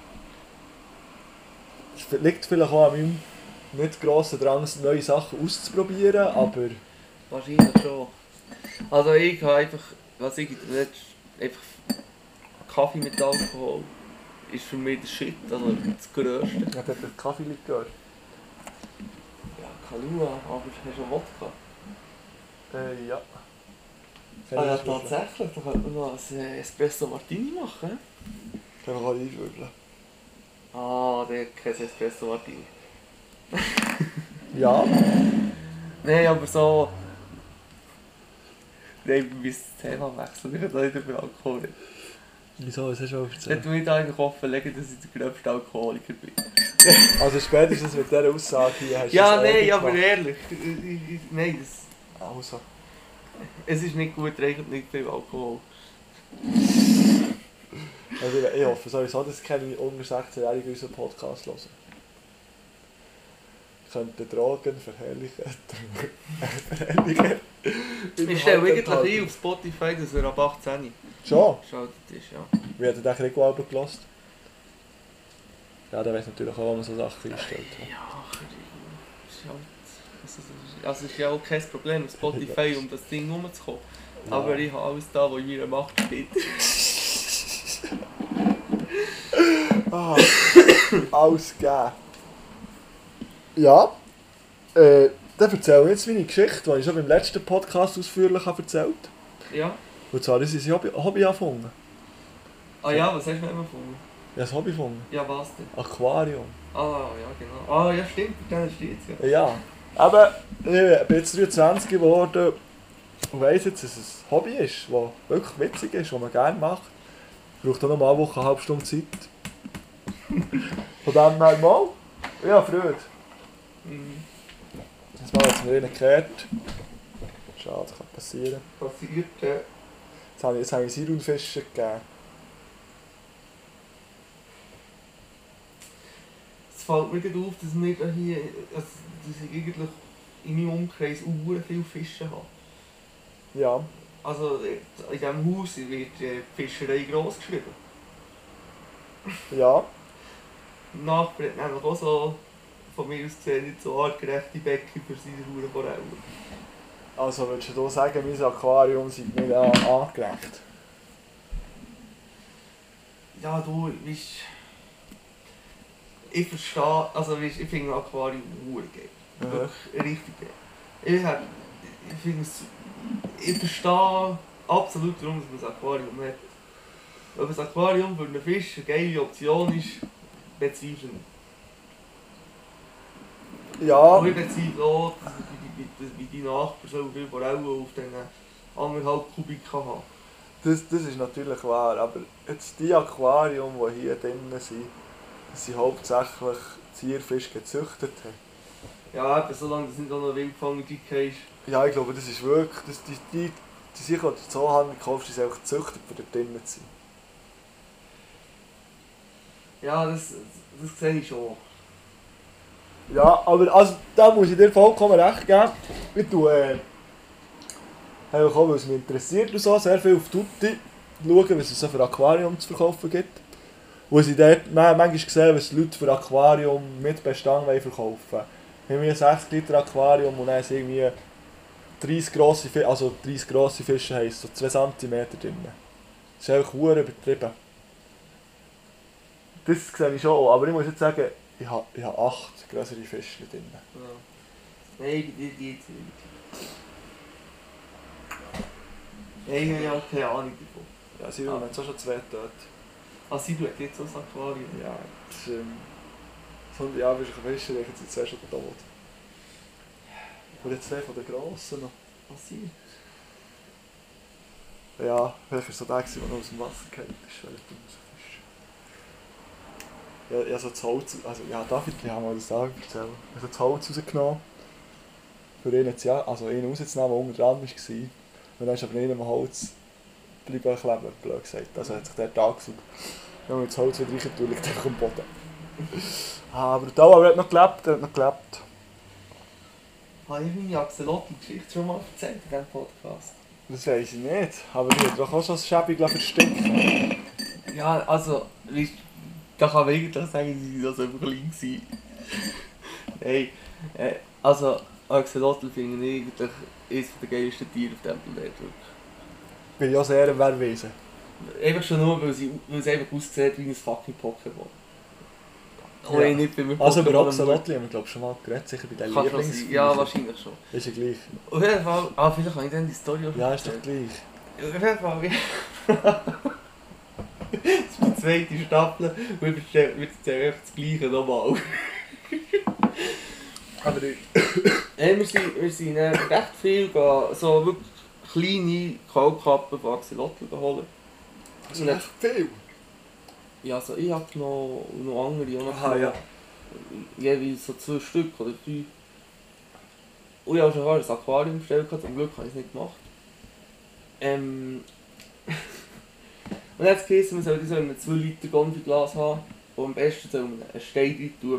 Es liegt vielleicht auch an meinem nicht grossen Drang, neue Sachen auszuprobieren, aber Wahrscheinlich schon. Also ich habe einfach, was ich einfach Kaffee mit Alkohol ist für mich der Shit, also das Größte. ich habe den Kaffee-Likör. Ja, Kalua, aber hast du Wodka? Ja. Ah ja, tatsächlich, da könnte man noch ein Espresso Martini machen. Können wir einschwürzeln. Ah, der hat kein Espresso Martini. Ja. Nein, aber so... Nein, wir müssen das Thema wechseln, wir können nicht über Alkohol reden. Wieso? Was hast du auch Dann erzählt? tue ich da eigentlich offenlegen, dass ich der gröbste Alkoholiker bin. Also spätestens mit dieser Aussage hier hast du Ja, es nein, ordentlich aber gemacht. ehrlich. Nein, Also. es ist nicht gut, trinkt nicht viel Alkohol. Also ich hoffe sowieso, dass keine unter 16-Jährige unseren Podcast hören. Könnten Drogen verherrlichen. Ich stelle eigentlich ein auf Spotify, dass er ab 18 Schon? geschaltet ist, ja. Wie hat er den Krieg-Album gehört? Ja, der weiß natürlich auch, wo man so Sachen einstellt. Ja, ist halt... Also es ist ja auch kein Problem auf Spotify, um das Ding rumzukommen. Ja. Aber ich habe alles da, was in meiner Macht steht. Ah, alles gegeben. Ja, dann erzähle ich jetzt meine Geschichte, die ich schon beim letzten Podcast ausführlich erzählt habe. Ja. Und zwar, das ist ein Hobby erfunden. Ah ja, was hast du noch gefunden? Ja, ein Hobby erfunden. Ja, was denn? Aquarium. Ah, ja, genau. Ah, ja, stimmt, dann steht es ja. Ja, aber ich bin jetzt 23 geworden und weiss jetzt, dass es ein Hobby ist, das wirklich witzig ist, das man gerne macht. Braucht auch noch mal eine Woche, eine halbe Stunde Zeit. Von dem her mal. Ja, Freude. Mhm. Jetzt mal jetzt mir einen gekehrt. Schade, das kann passieren. Passiert, Jetzt habe ich Sirunfische gegeben. Es fällt mir gerade auf, dass wir da hier, also, dass ich eigentlich in meinem Umkreis sehr viele Fische habe. Ja. Also in diesem Haus wird die Fischerei gross geschrieben. Ja. Der Nachbar hat nämlich auch so, von mir aus gesehen, nicht so artgerechte Becken für seine Hurenforellen. Also würdest du sagen, mein Aquarium sind nicht angerecht? Ja, du, weißt, ich verstehe, also weißt, ich finde Aquarium geil. Mhm. Wirklich richtig geil. Ich finde es, ich verstehe absolut, warum man ein Aquarium hat. Ob ein Aquarium für einen Fisch eine geile Option ist, bezweifle ich nicht. Ja. Aber ich bezweifle auch, dass wie die Nachbarn so viele Forellen auf diesen 1,5 Kubik haben. Das ist natürlich wahr, aber jetzt die Aquarium, die hier drinnen sind, das sind hauptsächlich Zierfische gezüchtet haben. Ja, eben, solange das nicht auch noch Wildfang ist. Ja, ich glaube, das ist wirklich, die Sachen, die du so haben kaufst, die sind einfach gezüchtet, für dort drinnen zu sein. Ja, das sehe ich schon. Ja, aber also, da muss ich dir vollkommen recht geben. Ich tue, auch, weil es mich interessiert und so, sehr viel auf Tutti schauen, was es so für Aquarium zu verkaufen gibt. Wo sie dort manchmal gesehen, was Leute für Aquarium mit Bestand verkaufen wollen. Wir haben ein 60 Liter Aquarium und dann sind irgendwie 30 grosse Fische, also 30 grosse Fische heisst so 2 cm drin. Das ist einfach verdammt übertrieben. Das sehe ich schon auch, aber ich muss jetzt sagen, ich habe 8 größere Fische drin. Ja. Nein, die jetzt nicht. Nein, ich habe ja keine Ahnung davon. Ja, sie haben jetzt auch schon 2 tot. Ah, sie tut jetzt so ein Aquarium. Ja, das ist, so ein Jahr bist du ein Fischer, jetzt sind 2 schon tot. Und jetzt 2 von den grossen noch. Passiert. Ja, vielleicht war so der, der noch aus dem Wasser gefallen ist, weil ich rausfische. Ja, ich habe so das Holz, also ja, David, ich habe mal das Tag erzählt. Ich habe so das Holz rausgenommen, für ihn jetzt, ja, also ihn rauszunehmen, der unten dran war. Und dann ist aber nicht am Holz bleiben kleben, blöd gesagt. Also hat sich der angesaugt. Wenn man das Holz wieder rein tut, liegt einfach am Boden. Aber der aber hat noch gelebt, Habe ich meine Axolotl-Geschichte schon mal erzählt in diesem Podcast? Das weiss ich nicht, aber ich habe doch auch schon das Schäbig versteckt. Ja, also, weißt, da kann man eigentlich sagen, dass sie einfach klein waren. Nein, also Axolotl finde ich eigentlich eines der geilsten Tiere auf diesem Planeten. Bin ich auch sehr im Wehrwesen. Einfach schon nur, weil es einfach aussieht wie ein fucking Pokémon. Ja. Ja. Nicht bei mir Also über Pokémon, Axolotl haben wir glaube schon mal geredet, sicher bei den kann schon sein. Lieblingsfilmen. Ja, wahrscheinlich schon. Ist ja gleich. Auf jeden Fall, vielleicht kann ich dann die Story auch Ja, ist doch erzählen. gleich. Auf jeden Fall, das ist die zweite Staffel und ich erzähle einfach das Gleiche nochmal. Aber Wir sind recht viel so wirklich kleine Kaulquappen von Axolotl holen. das ist echt viel. Ja, also ich habe noch andere auch noch Aha, ja. jeweils so 2 Stück oder 3. Und ich habe schon ein Aquarium bestellt, zum Glück habe ich es nicht gemacht. Und jetzt geheißen, man soll so ein 2 Liter Gonfi-Glas haben und am besten soll man einen Stein rein tun.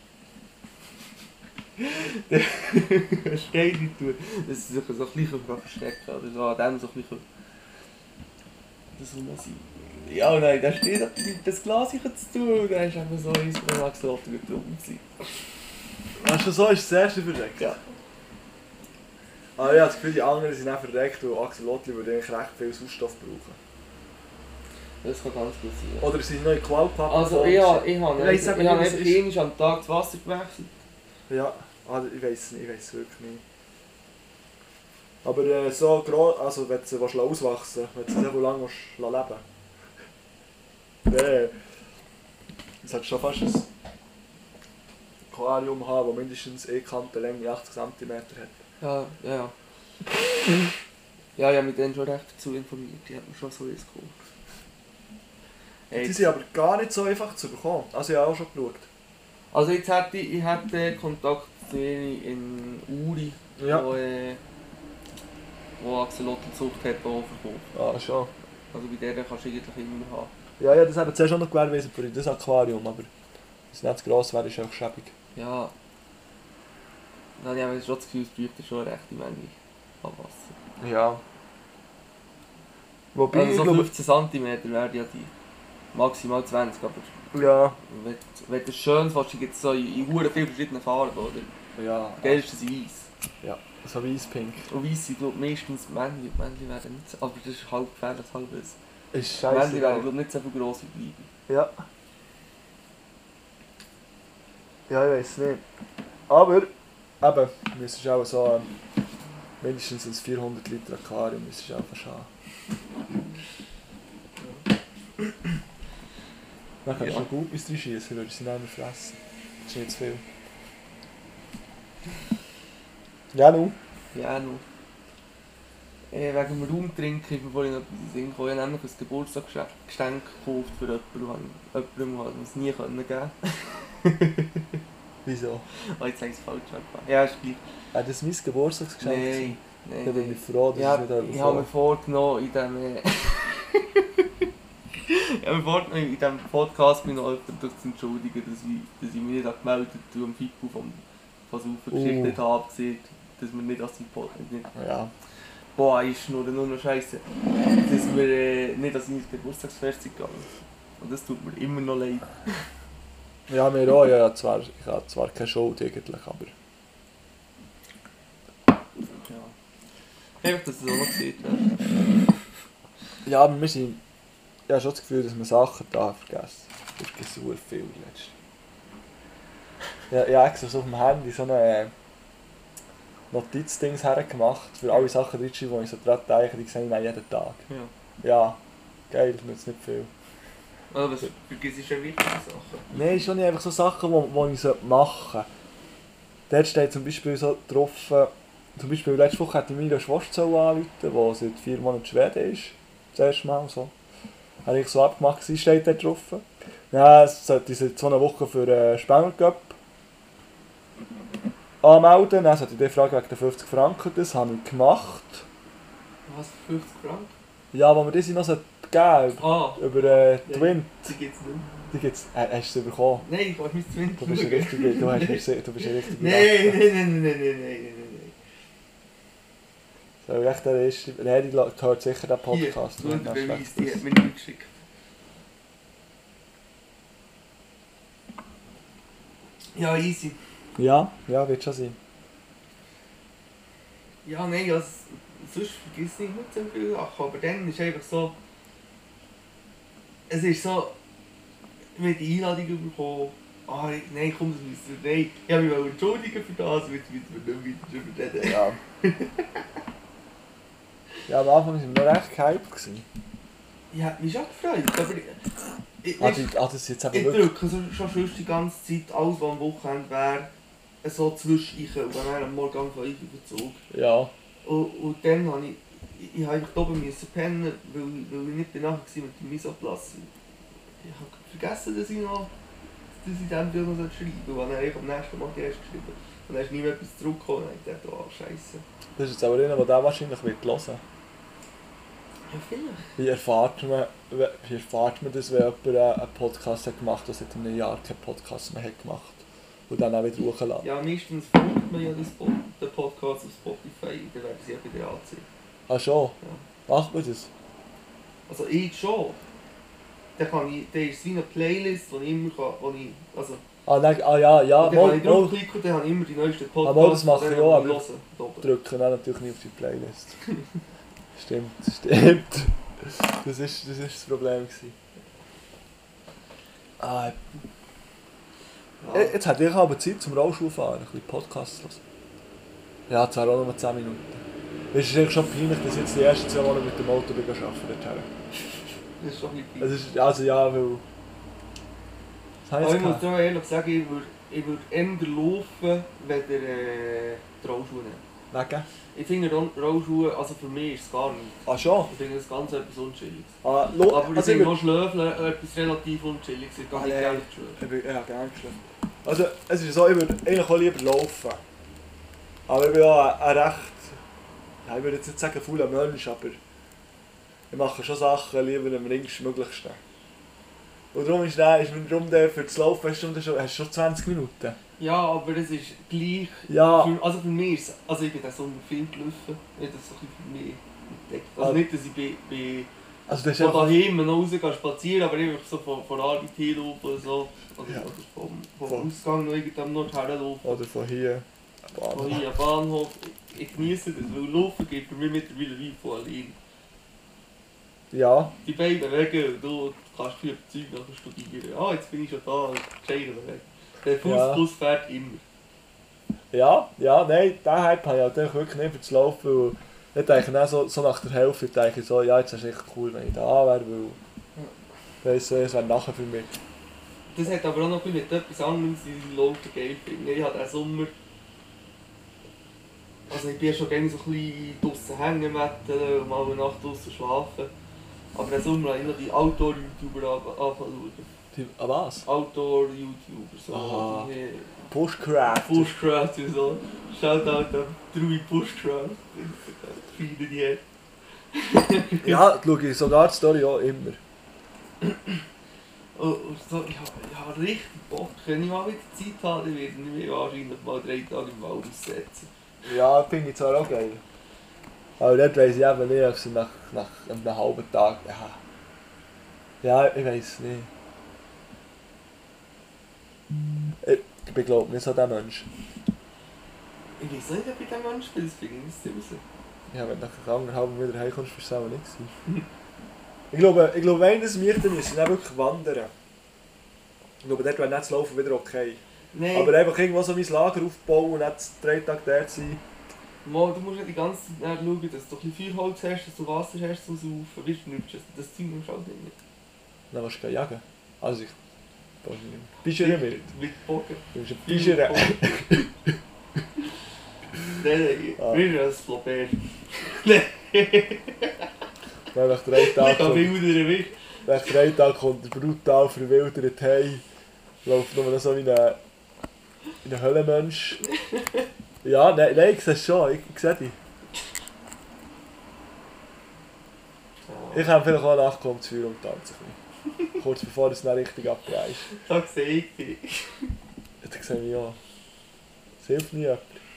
Einen Stein rein tun, dass sie sich so ein bisschen verstecken oder so an dem so ein bisschen das soll man sein. Ja, nein, da steht mit das Glas zu tun und dann ist einfach so eins von den Axolotl getrunken. Hast du so ist das erste verreckt? Ja. Ah, ich habe das Gefühl, die anderen sind auch verreckt, weil Axolotl würde eigentlich recht viel Sauerstoff brauchen. Das kann ganz gut sein. Ja. Oder sind sie noch in Qualpappen? Also ich habe weiss eben einfach nicht, was ist. einmal am Tag das Wasser gewechselt. Ja, ich weiss es wirklich nicht. Aber so groß, also wenn du sie auswachsen willst, wenn du sie so lange leben willst, dann solltest du schon fast ein Aquarium haben, das mindestens Kantenlänge 80 cm hat. Ja. Ja, ich habe mich dann schon recht dazu informiert. Die hat mir schon so eins geholt. Die sind aber gar nicht so einfach zu bekommen. Also ich habe auch schon geschaut. Also jetzt hätte ich Kontakt zu einer in Uri, Ja. wo Axolotl-Zucht hat, die auch verkauft. Ah, schon. Also bei der kannst du eigentlich immer haben. Ja, das haben zuerst auch noch gewählt für das Aquarium, aber das nicht zu gross wäre, ist einfach schäbig. Ja. Dann habe ich schon das Gefühl, es bräuchte schon eine rechte Menge an Wasser. Ja. Wobei, Also so ich glaube, 15 cm wären ja die. Maximal 20, aber ja. wenn du es schön fährst, gibt es so in hure viele verschiedene Farben, oder? Ja. Geilste sind weiß. Ja, so weiss-pink. Und weiß sind glaub, meistens Männchen. Männchen werden nicht so, aber das ist halb gefährlich, halb weiß. Ist Männchen scheiße. werden glaub, nicht so viel gross wie bleiben. Ja. Ja, ich weiß nicht. Aber, eben, müsstest du auch so mindestens ein 400 Liter Aquarium müsstest du auch fast haben. Dann kannst du schon gut bis reinschießen, würdest du sie nicht mehr fressen. Das ist nicht zu viel. Ja, nun. Ja, noch. Wegen dem Raumtrinken ist mir vorhin noch etwas in den Sinn gekommen. Ich habe nämlich ein Geburtstagsgeschenk gekauft für jemanden, jemandem es nie geben konnte. Wieso? Oh, jetzt habe ich es falsch angefangen. Ja, ist gleich. Das ist mein Geburtstagsgeschenk. Nein. Da bin ich froh, dass Ja, ich nicht ich habe mir vorgenommen, in diesem Podcast mich noch öfter zu entschuldigen, dass ich mich nicht gemeldet habe am Fico von Saufen-Geschichte nicht habe abgesehen, dass wir nicht aus dem Podcast nicht. Ja. Boah, ist nur noch scheiße. Dass wir nicht als ins Geburtstagsfest sind gegangen. Und das tut mir immer noch leid. Ja, mir auch. Ich habe zwar keine Schuld eigentlich, aber... Ja. Einfach, dass das auch noch gesehen wird. Ja, aber wir sind... Ich habe schon das Gefühl, dass wir Sachen da vergessen. Das ist so viel letztes. Ja, ich habe extra so auf dem Handy so eine Notizdings hergemacht für alle Sachen drin, die ich so dran denke, die sehe ich jeden Tag. Ja. Ja, geil, das nützt nicht viel. Also, was vergisst du schon wichtige Sachen? Nein, schon nicht einfach so Sachen, die ich machen sollte. Dort steht zum Beispiel so drauf, zum Beispiel letzte Woche hätte ich meine Schwester anrufen, die seit 4 Monaten in Schweden ist. Das erste Mal so. Habe ich so abgemacht, sie steht dort drauf. Ja, es sollte seit 2 Wochen für den Spengler Cup anmelden. Dann sollte ich die Frage wegen den 50 Franken, das habe ich gemacht. Was, 50 Franken? Ja, wo wir diese noch geben Ah! über Twin. Die gibt es nicht mehr. Die gibt's. Hast du sie bekommen? Nein, ich kann nicht Twin. Du bist ein richtiger, du bist ein richtiger. Nein. So, echt der erste. Nein, die hört sicher den Podcast. Hier, der Beweis, die hat mir nicht geschickt. Ja, easy. Ja, wird schon sein. Ja, nein, also, sonst vergiss ich nicht so viele Sachen, aber dann ist einfach so... Es ist so... Wir haben die Einladung bekommen. Ah, nein, komm, das müssen wir... Nein, ich habe mich mal entschuldigen für das, jetzt müssen wir nicht weiter darüber reden. Ja. Ja, am Anfang waren wir noch recht gehypt. Ich habe mich schon gefreut, aber... Das ist jetzt aber Ich wirklich... drücke schon sonst die ganze Zeit, alles was am Wochenende wäre, so zwischen und dann am Morgen anfangen ich auf den Zug. Ja. Und dann habe ich habe einfach oben müssen pennen, weil ich nicht nachher war mit dem Misoplatz. Ich habe vergessen, dass ich noch dass ich dem Film noch schreiben soll. Und dann habe ich am nächsten Mal die erst geschrieben. Und dann ist nie mehr etwas zurückgekommen und ich dachte, oh Scheiße. Das ist jetzt aber einer, der den wahrscheinlich wird hören. Ja, vielleicht. Wie erfahrt man das, wenn jemand einen Podcast hat gemacht hat, der seit einem Jahr keinen Podcast mehr hat gemacht und dann auch wieder hochgeladen? Ja, meistens folgt man ja den Podcast auf Spotify, dann werden sie ja wieder angezeigt. Ah schon? Ja. Macht man das? Also ich schon. Dann ist es wie eine Playlist, die ich immer kann, also Ja, dann kann ich mal draufklicken und dann habe ich immer die neuesten Podcasts. mal, das mache ich auch, aber hören. drücken auch natürlich nicht auf die Playlist. Stimmt. Das ist das Problem gewesen. Jetzt hätte ich aber Zeit zum Rollschuhfahren, ein bisschen Podcasts hören. Ja, zwar auch nur 10 Minuten. Es ist eigentlich schon peinlich, dass ich jetzt die ersten 2 Monate mit dem Auto arbeiten dorthin. Das ist schon ein bisschen Es ist, also ja, weil... Was habe aber ich ich muss jetzt dir auch ehrlich sagen, ich würde eher laufen, wenn die Rollschuhe nehmen. Wegen? Ich finde Rollschuhe, also für mich ist es gar nicht. Ah schon? Ich finde das ganz etwas Unchilliges. Aber Aber ich finde auch Schlöfeln etwas relativ Unchilliges. Ich kann nicht gerne schlöfeln. Ja, gerne geschlafen. Also es ist so, ich würde eigentlich auch lieber laufen. Aber ich bin auch ein recht... Ja, ich würde jetzt nicht sagen fauler Mensch, aber... Ich mache schon Sachen lieber am ringstmöglichsten. Und darum ist der für das Laufen hast du schon 20 Minuten. Ja, aber es ist gleich. Ja. Also für mich ist es, also ich bin das Sommer viel gelaufen. Ich habe das so ein bisschen für mich entdeckt. Also Ah. nicht, dass ich bei Also das ist von einfach... daheim noch raus spazieren, aber einfach so von Arbeit hinlaufen oder so. Oder, Ja. oder vom Voll. Ausgang noch irgendwann noch herlaufen. Oder von hier. Von hier am Bahnhof. Ich genieße das, weil Laufen geht für mich mittlerweile wie von allein. Ja. Die beiden Wege, du kannst dich überzeugen nach dem Studieren. Ah, jetzt bin ich schon da, entscheiden wir weg. Der Fußbus fährt immer. Ja, nein, den Hype habe ich natürlich wirklich nicht für das Laufen, weil ich denke dann so nach der Hälfte denke ich so, ja, jetzt ist es echt cool, wenn ich da wäre, weil es wäre nachher für mich. Das hat aber auch noch mit etwas anderem, dass ich Laufen geil finde. Ich habe diesen Sommer... Also ich bin ja schon gerne so ein bisschen draussen hängen und mal eine Nacht draussen schlafen. Aber diesen Sommer habe ich noch die Outdoor-YouTuber angefangen zu Ah was? schauen. Outdoor-YouTuber, so Aha. die Bushcraft. Bushcraft und so. Shoutout an Trui Bushcraft. Viele die. Ja, schaue ich sogar die Story auch immer. Und so, ich habe richtig Bock. Wenn ich mal wieder Zeit habe, dann werde ich mich wahrscheinlich mal 3 Tage im Wald aussetzen. Ja, finde ich zwar auch geil. Aber dort weiss ich eben nicht, ob sie nach einem halben Tag... Ja, ich weiss nicht. Ich bin glaube nicht so der Mensch. Ich weiß nicht, ob ich den Mensch bin, das finde ich nicht raus. Ja, wenn du nach anderthalb wieder heimkommst, bist du selber nicht gewesen. Ich glaube, wenn das mich dann müssen, dann wirklich wandern. Ich glaube, dort wäre nicht das Laufen wieder okay. Nein, Aber einfach irgendwo so mein Lager aufbauen und nicht 3 Tage dort sein. mal, du musst ja die ganze Zeit schauen, dass du ein bisschen Feuerholz hast, dass du Wasser hast zum Saufen. Weißt du, das Zeug nimmst du halt nicht mit. Dann willst du jagen. Also ich... Bischere mit. Mit Bogen. Du bist ein Bischere. Nein, Ah. wir sind ein Flopper. Nein, Wenn nach 3 ich kann Tagen wildern, weißt nach 3 Tagen kommt er brutal verwildert heim. Läuft nur noch so wie ein Höhlenmensch. Ja, nein, ich sehe es schon. Ich sehe dich. du? Ich habe vielleicht auch nachgekommen zu Feuer und tanzen. Kurz bevor es dann richtig abgreist. Da sehe ich dich. Ja, das sehe ich auch. Es hilft nie jemand.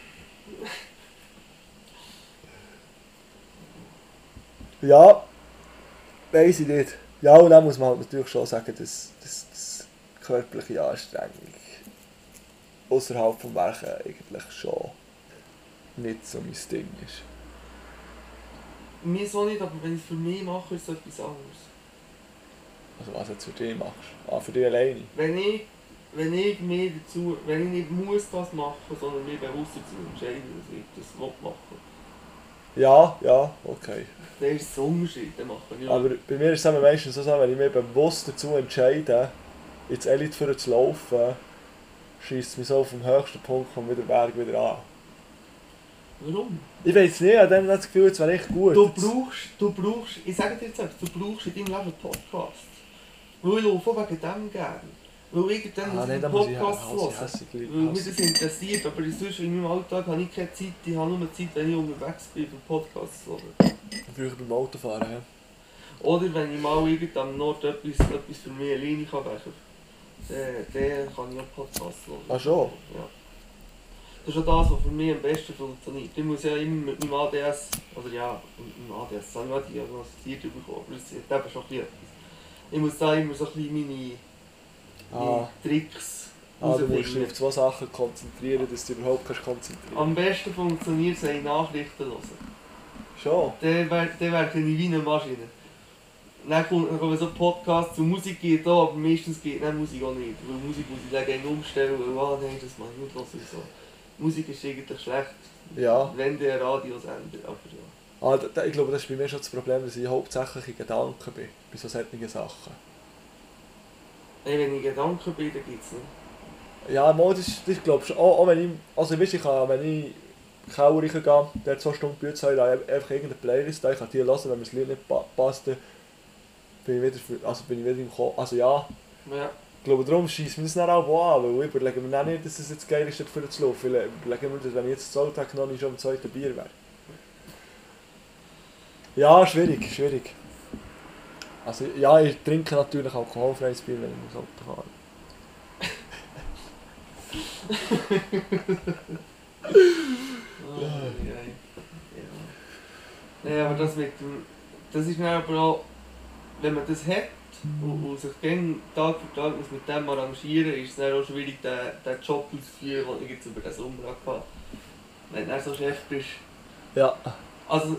Ja, weiss ich nicht. Ja, und dann muss man halt natürlich schon sagen, dass körperliche Anstrengung außerhalb vom Werken eigentlich schon nicht so mein Ding ist. Mir so nicht, aber wenn ich es für mich mache, ist es etwas anderes. Also was du jetzt für dich machst? Ah, für dich alleine? Wenn ich mir dazu, wenn ich nicht muss das machen, sondern mir bewusst dazu entscheide, dass ich das machen will, Ja, okay. dann ist es ein Unterschied, dann mache ich Aber bei mir ist es meistens so, wenn ich mich bewusst dazu entscheide, ins Elite zu laufen, schießt es mich so auf dem höchsten Punkt vom Berg wieder an. Warum? Ich weiß nicht, an dem das Gefühl, es wäre echt gut. Du brauchst, ich sage dir jetzt etwas, du brauchst in deinem Leben einen Podcast. Weil ich laufe auch wegen dem gerne. Weil irgendwann muss ich da muss ich Podcasts hören. hässig Weil mich das interessiert, aber sonst in meinem Alltag habe ich keine Zeit. Ich habe nur Zeit, wenn ich unterwegs bin, für Podcasts zu hören. Früher beim Autofahren, ja. Oder wenn ich mal irgend am Nord etwas für mich alleine machen kann, dann kann ich auch Podcasts hören. Ach schon? Ja. Das ist auch das, was für mich am besten funktioniert. Ich muss ja immer mit meinem ADS, oder ja, mit meinem ADS, das habe ich auch diagnostiziert bekommen, aber das ist eben schon ein bisschen etwas. Ich muss da immer so ein bisschen meine Tricks Du musst dich auf 2 Sachen konzentrieren, dass du dich überhaupt konzentrieren kannst. Am besten funktioniert es, wenn ich Nachrichten höre. Schon? Dann werke ich wie eine Maschine. Dann kommen so Podcasts, und Musik geht auch, aber meistens geht dann Musik auch nicht. Weil Musik muss ich dann gerne umstellen, weil nein, das mache ich nicht hören. So. Musik ist eigentlich schlecht, Ja. wenn der Radiosender, aber ja. Ich glaube, das ist bei mir schon das Problem, dass ich hauptsächlich in Gedanken bin, bei so solchen Sachen. Nein, wenn ich Gedanken bin, dann gibt es nicht. Ja, das glaube ich schon. Auch wenn ich, also weißt, wenn ich in die Keller reingehe, der 2 Stunden Bütze habe, da einfach irgendeine Playlist, da ich kann die hören, wenn mir das Lied nicht passt, dann bin ich wieder im Kopf. Also ja, Ja. ich glaube, darum scheisst mir das dann auch an, weil ich überlege mir dann nicht, dass es jetzt geil ist, dort vorne zu laufen. Ich überlege mir, dass wenn ich jetzt das Alltag noch nicht schon am 2. Bier wäre. Ja, schwierig. Also ja, ich trinke natürlich alkoholfreies Bier, wenn ich ins Auto fahre. Ja, aber das ist dann aber auch, wenn man das hat und sich gerne Tag für Tag muss mit dem arrangieren, ist es dann auch schwierig, den Job auszuführen, den ich jetzt über den Sommer hatte. Wenn du dann so Chef bist. Ja. Also,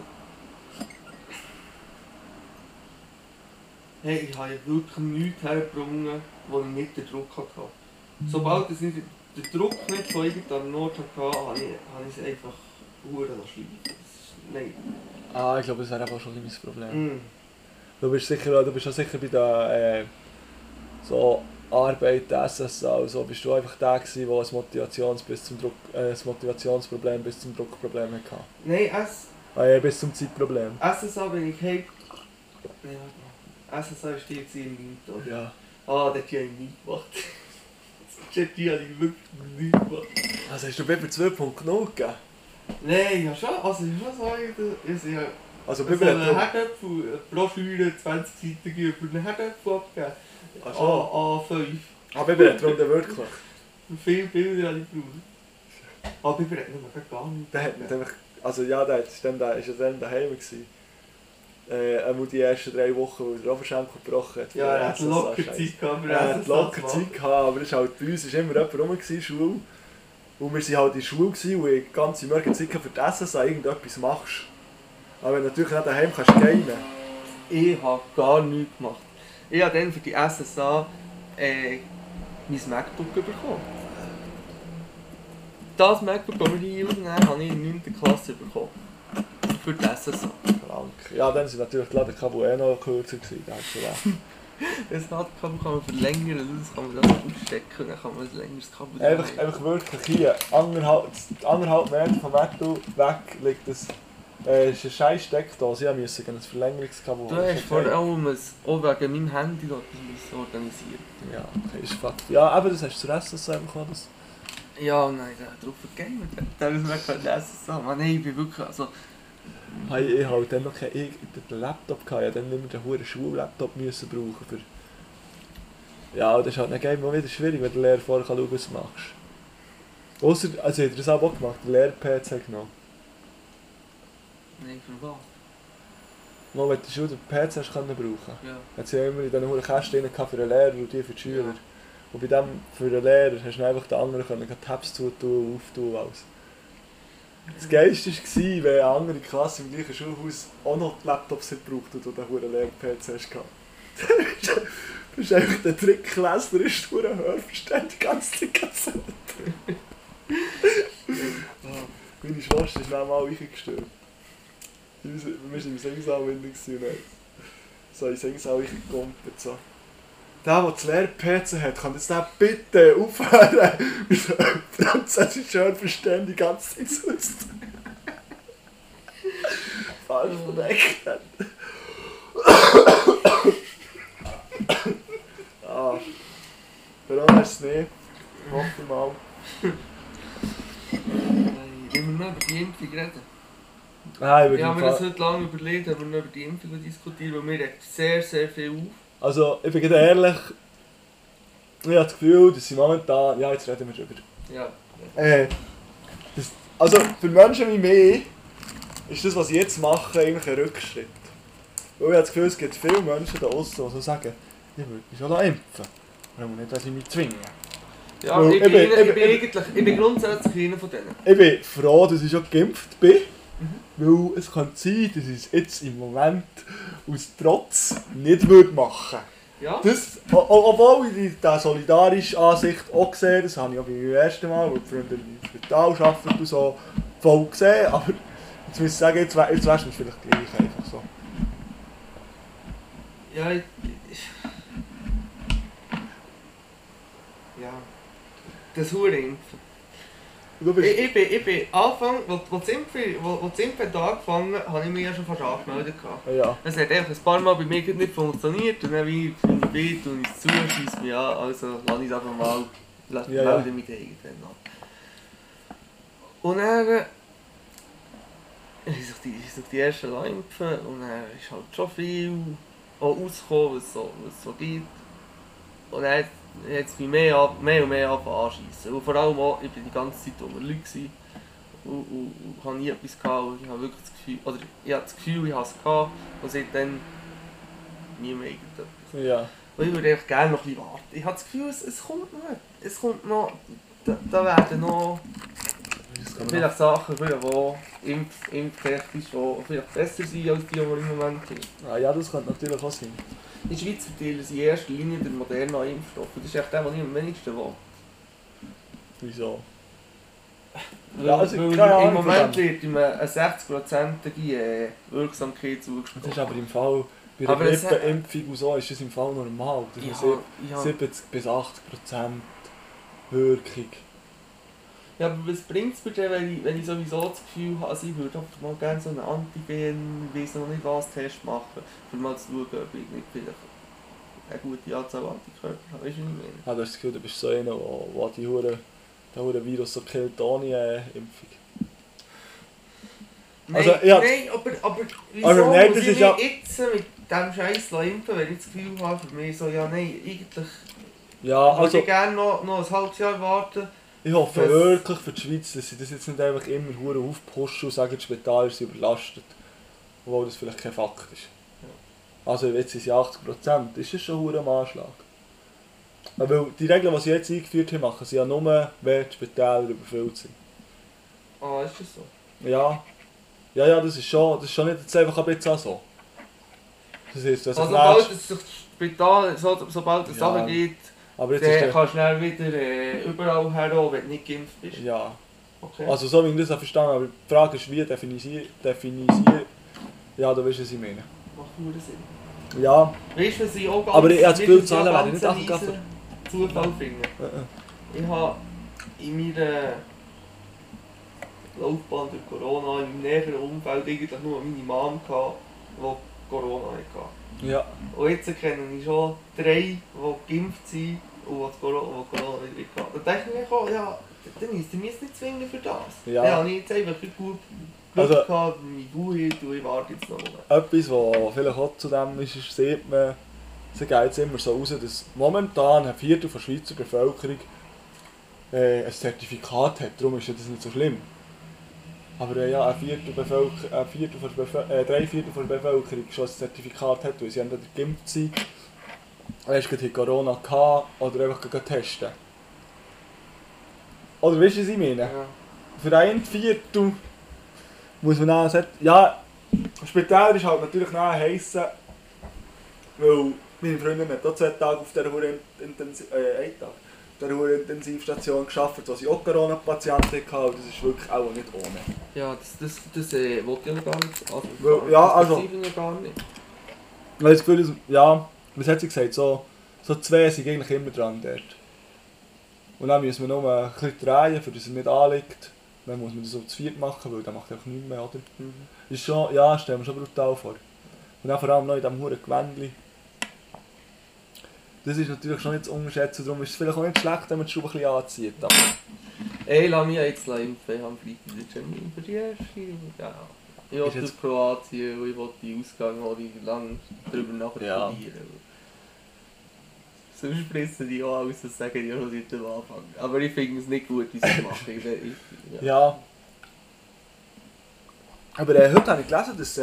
hey, ich habe ja wirklich nichts hergebracht, wo ich nicht den Druck hatte. Sobald ich den Druck nicht von irgendeinem Nord hatte, habe ich es einfach schleifen lassen. Nein. Ich glaube, das wäre einfach schon ein mein Problem. Mm. Du bist auch sicher bei der so Arbeit, SSA, also bist du einfach der gewesen, der ein Motivationsproblem bis zum Druckproblem hatte? Nein, Bis zum Zeitproblem. SSA bin ich heim. Nein, warte mal. SSA war die im 9. oder? Ja. Dort habe ich nichts gemacht. Dort habe ich wirklich nichts gemacht. Also hast du Biber 2.0 gegeben? Nein, ja schon. Also ich muss sagen, ich habe Also so Biber einen hat... Herdöpfel pro Schüler 20 Seiten gegeben, einen Herdöpfel abgegeben. Ach so. A5. Biber hat darum wirklich. Viele Bilder habe ich gebraucht. Aber Biber hat noch gar nichts. Der hat nicht einfach... Also ja, der ist ja dann daheim gewesen. Die ersten 3 Wochen, weil der Oberschenkel gebrochen hat. Ja, er hat locker Zeit gehabt, aber Er hat locker Zeit gehabt, aber es war halt bei uns ist immer jemand rum in der Schule. Und wir waren halt in der Schule und die ganze Morgen Zeit für die SSA irgendetwas machst. Aber wenn du natürlich nicht daheim kannst gehen. Ich habe gar nichts gemacht. Ich habe dann für die SSA mein MacBook bekommen. Das MacBook, das wir hier rausnehmen, habe ich in der 9. Klasse bekommen. Für die SSA. Krank. Ja, dann sind natürlich die Ladekabel noch kürzer gewesen, da hast du recht. Das Ladekabel kann man verlängern, das kann man das ausstecken, dann kann man ein längeres Kabel Einfach wirklich hier, 1,5 Meter vom Metro weg liegt das. Ist eine scheiß Steckdose, ich musste ein Verlängerungskabel. Du hast vor allem auch wegen meinem Handy etwas organisiert. Ja, okay, ist Fakt. Ja, aber das hast du zur SSA bekommen. Ja, nein, der hat drauf vergessen. Der muss man können SSA. Man, nein, ich bin wirklich, also... Hey, ich hatte dann noch keinen Laptop, ich musste dann nicht mehr den Schullaptop brauchen. Ja, das ist halt dann immer wieder schwierig, wenn der Lehrer vorher schauen kann, was du machst. Ausser, also hat er das auch gemacht, den Lehrer-PC genommen. Nein, für was? Mal, wenn du schon den PC hast brauchen können. Ja. Hat sie ja immer in diesen Kästen für den Lehrer und die für die Schüler. Ja. Und bei dem für den Lehrer hast du einfach den anderen Tabs zutun und auftun und alles. Das Geilste war, wenn eine andere Klasse im gleichen Schulhaus auch noch die Laptops hat gebraucht und du den verdammten Lehrer-PC hast gehabt. Du hast einfach den Trick gelesen, der ist verdammt hörverständlich die ganze Zeit gesessen. Meine Schwester ist dann mal reingestürmt. Wir waren im Singsaal drin und so in Singsaal reingekumpelt. So. Der das Lehr-PC hat, kann jetzt bitte aufhören, mit Französisch hörverständlich die ganze Zeit so ist. Falsch verdeckt. reden? Nein, Ich habe mir das heute lange überlegt, aber noch über die Impfung diskutieren, weil mir regt sehr, sehr viel auf. Also, ich bin gerade ehrlich, ich habe das Gefühl, dass sie momentan... Ja, jetzt reden wir drüber. Ja. Also, für Menschen wie mich ist das, was ich jetzt mache, eigentlich ein Rückschritt. Weil ich habe das Gefühl, es gibt viele Menschen da draussen, die so sagen, ich würde mich schon impfen. Warum nicht, dass sie mich zwingen? Ja, Weil ich bin grundsätzlich einer von denen. Ich bin froh, dass ich schon geimpft bin. Weil es kann sein, dass ich es jetzt im Moment aus Trotz nicht machen würde. Ja. Das, obwohl ich diese solidarische Ansicht auch sehe, das habe ich auch beim ersten Mal, weil die Freunde im Spital arbeiten und so, voll gesehen. Aber jetzt muss ich sagen, jetzt wärst du vielleicht gleich einfach so. Ja, ja. Das Hurenimpfen. Ich bin Anfang, als das Impfen angefangen hat, habe ich mich ja schon fast angemeldet. Ja. Es hat einfach ein paar Mal bei mir nicht funktioniert und dann wie ich bin und ich zu, schießt mich an, also lasse ich es einfach mal, melde mich dann irgendwann an. Und dann ich sich die ersten impfen und dann ist halt schon viel auch rausgekommen, was es so gibt. Und dann hat es mich mehr und mehr anschiessen. Und vor allem auch, ich war die ganze Zeit unter Leuten und hatte nie etwas gehabt. Und ich habe wirklich das Gefühl, oder ich habe das Gefühl, ich habe es gehabt und seitdem nie mehr irgendetwas. Ja. Und ich würde einfach gerne noch ein bisschen warten. Ich habe das Gefühl, es kommt noch. Es kommt noch, da werden noch vielleicht Sachen, die impftechnisch vielleicht besser sind als die wir im Moment haben. Ja, das könnte natürlich auch sein. In der Schweiz verteilen sie in erster Linie den modernen Impfstoff. Das ist echt der, den ich am wenigsten will. Wieso? Ja, also, weil im Moment wird ihm eine 60%ige Wirksamkeit zugesprochen. Das ist aber im Fall, bei der Grippeimpfung und so ist das im Fall normal. Das ist 70 bis 80% Wirkung. Ja, aber was bringt es mir denn, wenn ich sowieso das Gefühl habe, ich würde einfach mal gerne so einen Antigen, ich weiss noch nicht was, Test machen, um mal zu schauen, ob ich nicht vielleicht eine gute Anzahl Antikörper habe. Weißt du, was ich meine? Ja, du hast das Gefühl, du bist so einer, der den Virus so killt ohne Impfung. Nein, also, ja, nein, aber wieso also, nein, muss das ich ist ja jetzt mit diesem Scheiß impfen, wenn ich das Gefühl habe, für mich so, ja nein, eigentlich ja, also, würde ich gerne noch ein halbes Jahr warten. Ich hoffe wirklich für die Schweiz, dass sie das jetzt nicht einfach immer aufpushen und sagen, das Spital ist überlastet. Obwohl das vielleicht kein Fakt ist. Ja. Also jetzt sind sie 80%, ist das schon ein Anschlag. Weil die Regeln, die sie jetzt eingeführt haben, machen sie ja nur, wenn die Spitäler überfüllt sind. Ah, ist das so? Ja. Ja, das ist schon nicht jetzt einfach ab jetzt auch so. Das heisst, dass also sobald es sich das Spital, sobald es ja. geht, aber jetzt dann kannst du schnell wieder überall her, wenn du nicht geimpft bist. Ja. Okay. Also so wie ich das auch verstanden habe, aber die Frage ist, wie definisieren. Ja, du weißt, was ich meine. Macht nur Sinn. Ja. Weißt du, was ich auch ganz... Aber ich habe das Gefühl, Zahlen werden nicht abgegeben. Zufall finden. Ich habe in meiner Laufbahn durch Corona in meinem näheren Umfeld eigentlich nur meine Mom gehabt, die Corona hatte. Ja. Und jetzt kenne ich schon 3, die geimpft sind und die Corona nicht hatten. Da denke ich mir auch, ja, dann müsst ihr mich jetzt nicht zwingen für das. Ja. Dann habe ich jetzt einfach gut Glück gehabt, meine Bauheit und ich warte jetzt noch. Etwas, was vielleicht auch zu dem ist, sieht man, es geht jetzt immer so raus, dass momentan ein Viertel der Schweizer Bevölkerung ein Zertifikat hat, darum ist das nicht so schlimm. Aber ja, drei Viertel der Bevölkerung schon ein Zertifikat hat, weil sie entweder geimpft sind, erst gerade Corona gehabt oder einfach testen. Oder weißt du, was ich meine? Ja. Für ein Viertel muss man dann sagen, ja, Spital ist halt natürlich nachher heissen, weil meine Freundin hat auch 2 Tage auf dieser Intensivstation gearbeitet, wo sie auch Corona-Patienten hatten, und das ist wirklich auch nicht ohne. Ja, das wollte ich noch gar nicht. Weil, ja, also, ich gar nicht. Ich habe das Gefühl, ja, was hat sie gesagt, so 2 sind eigentlich immer dran dort. Und dann müssen wir nur ein bisschen drehen, für dass er nicht anliegt. Dann muss man das auf das 4 machen, weil der macht einfach nichts mehr, oder? Mhm. Ist schon, ja, stellen wir schon brutal vor. Und dann vor allem noch in diesem verdammten Gewändchen. Das ist natürlich schon nicht zu unterschätzen, darum ist es vielleicht auch nicht schlecht, wenn man die Schuhe ein bisschen anzieht. Aber Ich lasse mich jetzt impfen. Ich habe am Freitag den Termin für die erste. Ja. Ich will aus Kroatien und ich will die Ausgang auch nicht lange darüber nachdenken. Sonst spritzen die auch aus, das sagen die auch seit dem Anfang. Aber ich finde es nicht gut, wie sie es machen. Ja. Aber heute habe ich gelesen, dass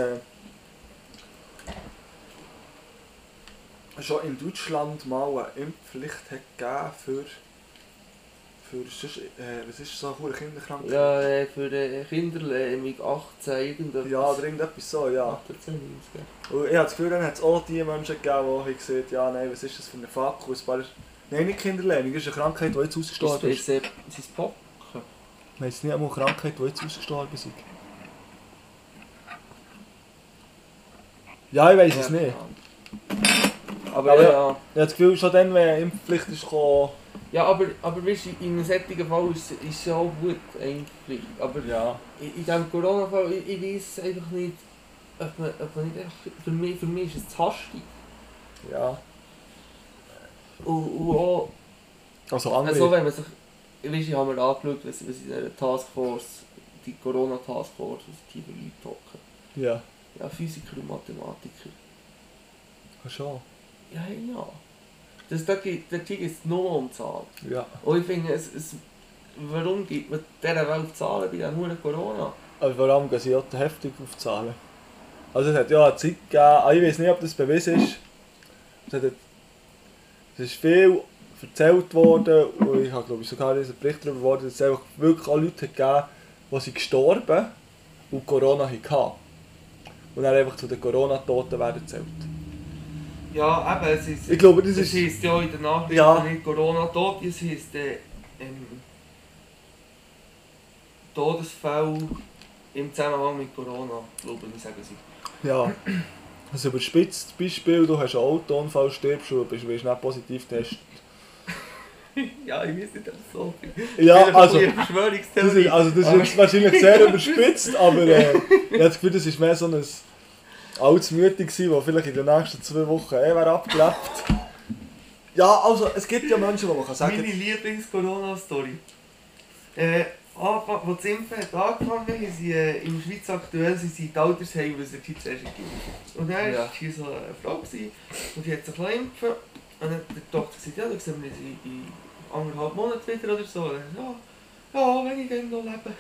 schon in Deutschland mal eine Impfpflicht hat gegeben für sonst, was ist so eine Kinderkrankheit? Ja, für Kinder mit 18 irgendetwas. Ja, oder irgendetwas so, ja. 18, 90. Und ich habe das Gefühl, dann hat es auch die Menschen gegeben, die gesagt haben, ja nein, was ist das für eine Fuck? Nein, nicht Kinderlähmung, das ist eine Krankheit, die jetzt ausgestorben ist. Ist es Pocken? Nein, es ist nicht einmal eine Krankheit, die jetzt ausgestorben ist. Ja, ich weiß es nicht. Aber ja. Ich habe das Gefühl, schon dann, wenn eine Impfpflicht ist gekommen... Ja, aber weißt du, in einem solchen Fall ist es ja auch gut, eigentlich. Aber ja. In diesem Corona-Fall, ich weiß einfach nicht, ob man nicht einfach... Für mich ist es zu hastig. Ja. Und auch... Also andere... Also wenn man sich... Weißt du, ich habe mir angeschaut, was in dieser Taskforce, die Corona-Taskforce, was die für Leute hocken. Ja. Ja, Physiker und Mathematiker. Ach schon. Ja. Da geht es nur um Zahlen. Ja. Und ich finde, warum gibt man dieser Welt Zahlen bei diesem Huren Corona? Aber vor allem gehen sie auch heftig auf Zahlen. Also es hat ja eine Zeit gegeben, ich weiß nicht, ob das bewiesen ist. Es ist viel erzählt worden und ich habe glaube ich sogar einen Bericht darüber geworden, dass es einfach wirklich auch Leute gegeben, die sind gestorben und Corona hatten. Und dann einfach zu den Corona-Toten werden erzählt. Ja, eben, es ist... Ich glaube, das es heisst ja in der Nachricht ja. Nicht Corona-Tot, es heisst Todesfälle im Zusammenhang mit Corona, glaube ich, sagen sie. Ja. Also überspitzt Beispiel, du hast einen Autounfall, stirbst und wirst nicht positiv getestet. Ja, ich weiß nicht, ob es so Ja, also, das ist jetzt wahrscheinlich sehr überspitzt, aber ich habe das Gefühl, das war mehr so ein altes Mütti, das vielleicht in den nächsten 2 Wochen wäre abgelebt. Ja, also es gibt ja Menschen, die man kann sagen... Meine Lieblings-Corona-Story. Als das Impfen hat angefangen, haben sie im Schweiz aktuell die Altersheime, was es zuerst gibt. Und dann war hier so eine Frau und die hat sich impfen. Und dann hat der Doktor gesagt, ja, dann sehen wir sie in 1,5 Monaten wieder oder so. Und dann, ja, wenn ich dann noch lebe.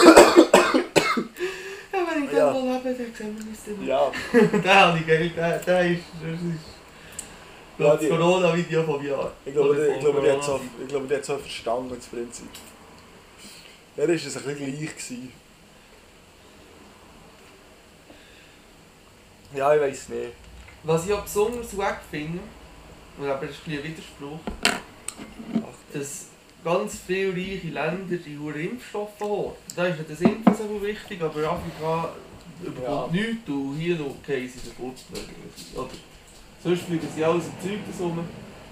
Ja, wenn ich dann noch lebe, dann sehen wir uns dann. Ja. Den habe ich geil, der ist das Corona-Video vom Jahr. Ich glaube, die hat so verstanden, das Prinzip. Ja, da war es ein bisschen gleich gewesen. Ja, ich weiss nicht. Was ich auch besonders wack finde, aber das ist ein Widerspruch, dass ganz viele reiche Länder die hohen Impfstoffe haben. Da ist nicht das Impfen so wichtig, aber Afrika überkommt nichts und hier noch fallen sie sofort. Oder sonst fliegen sie alles im Zeug rum.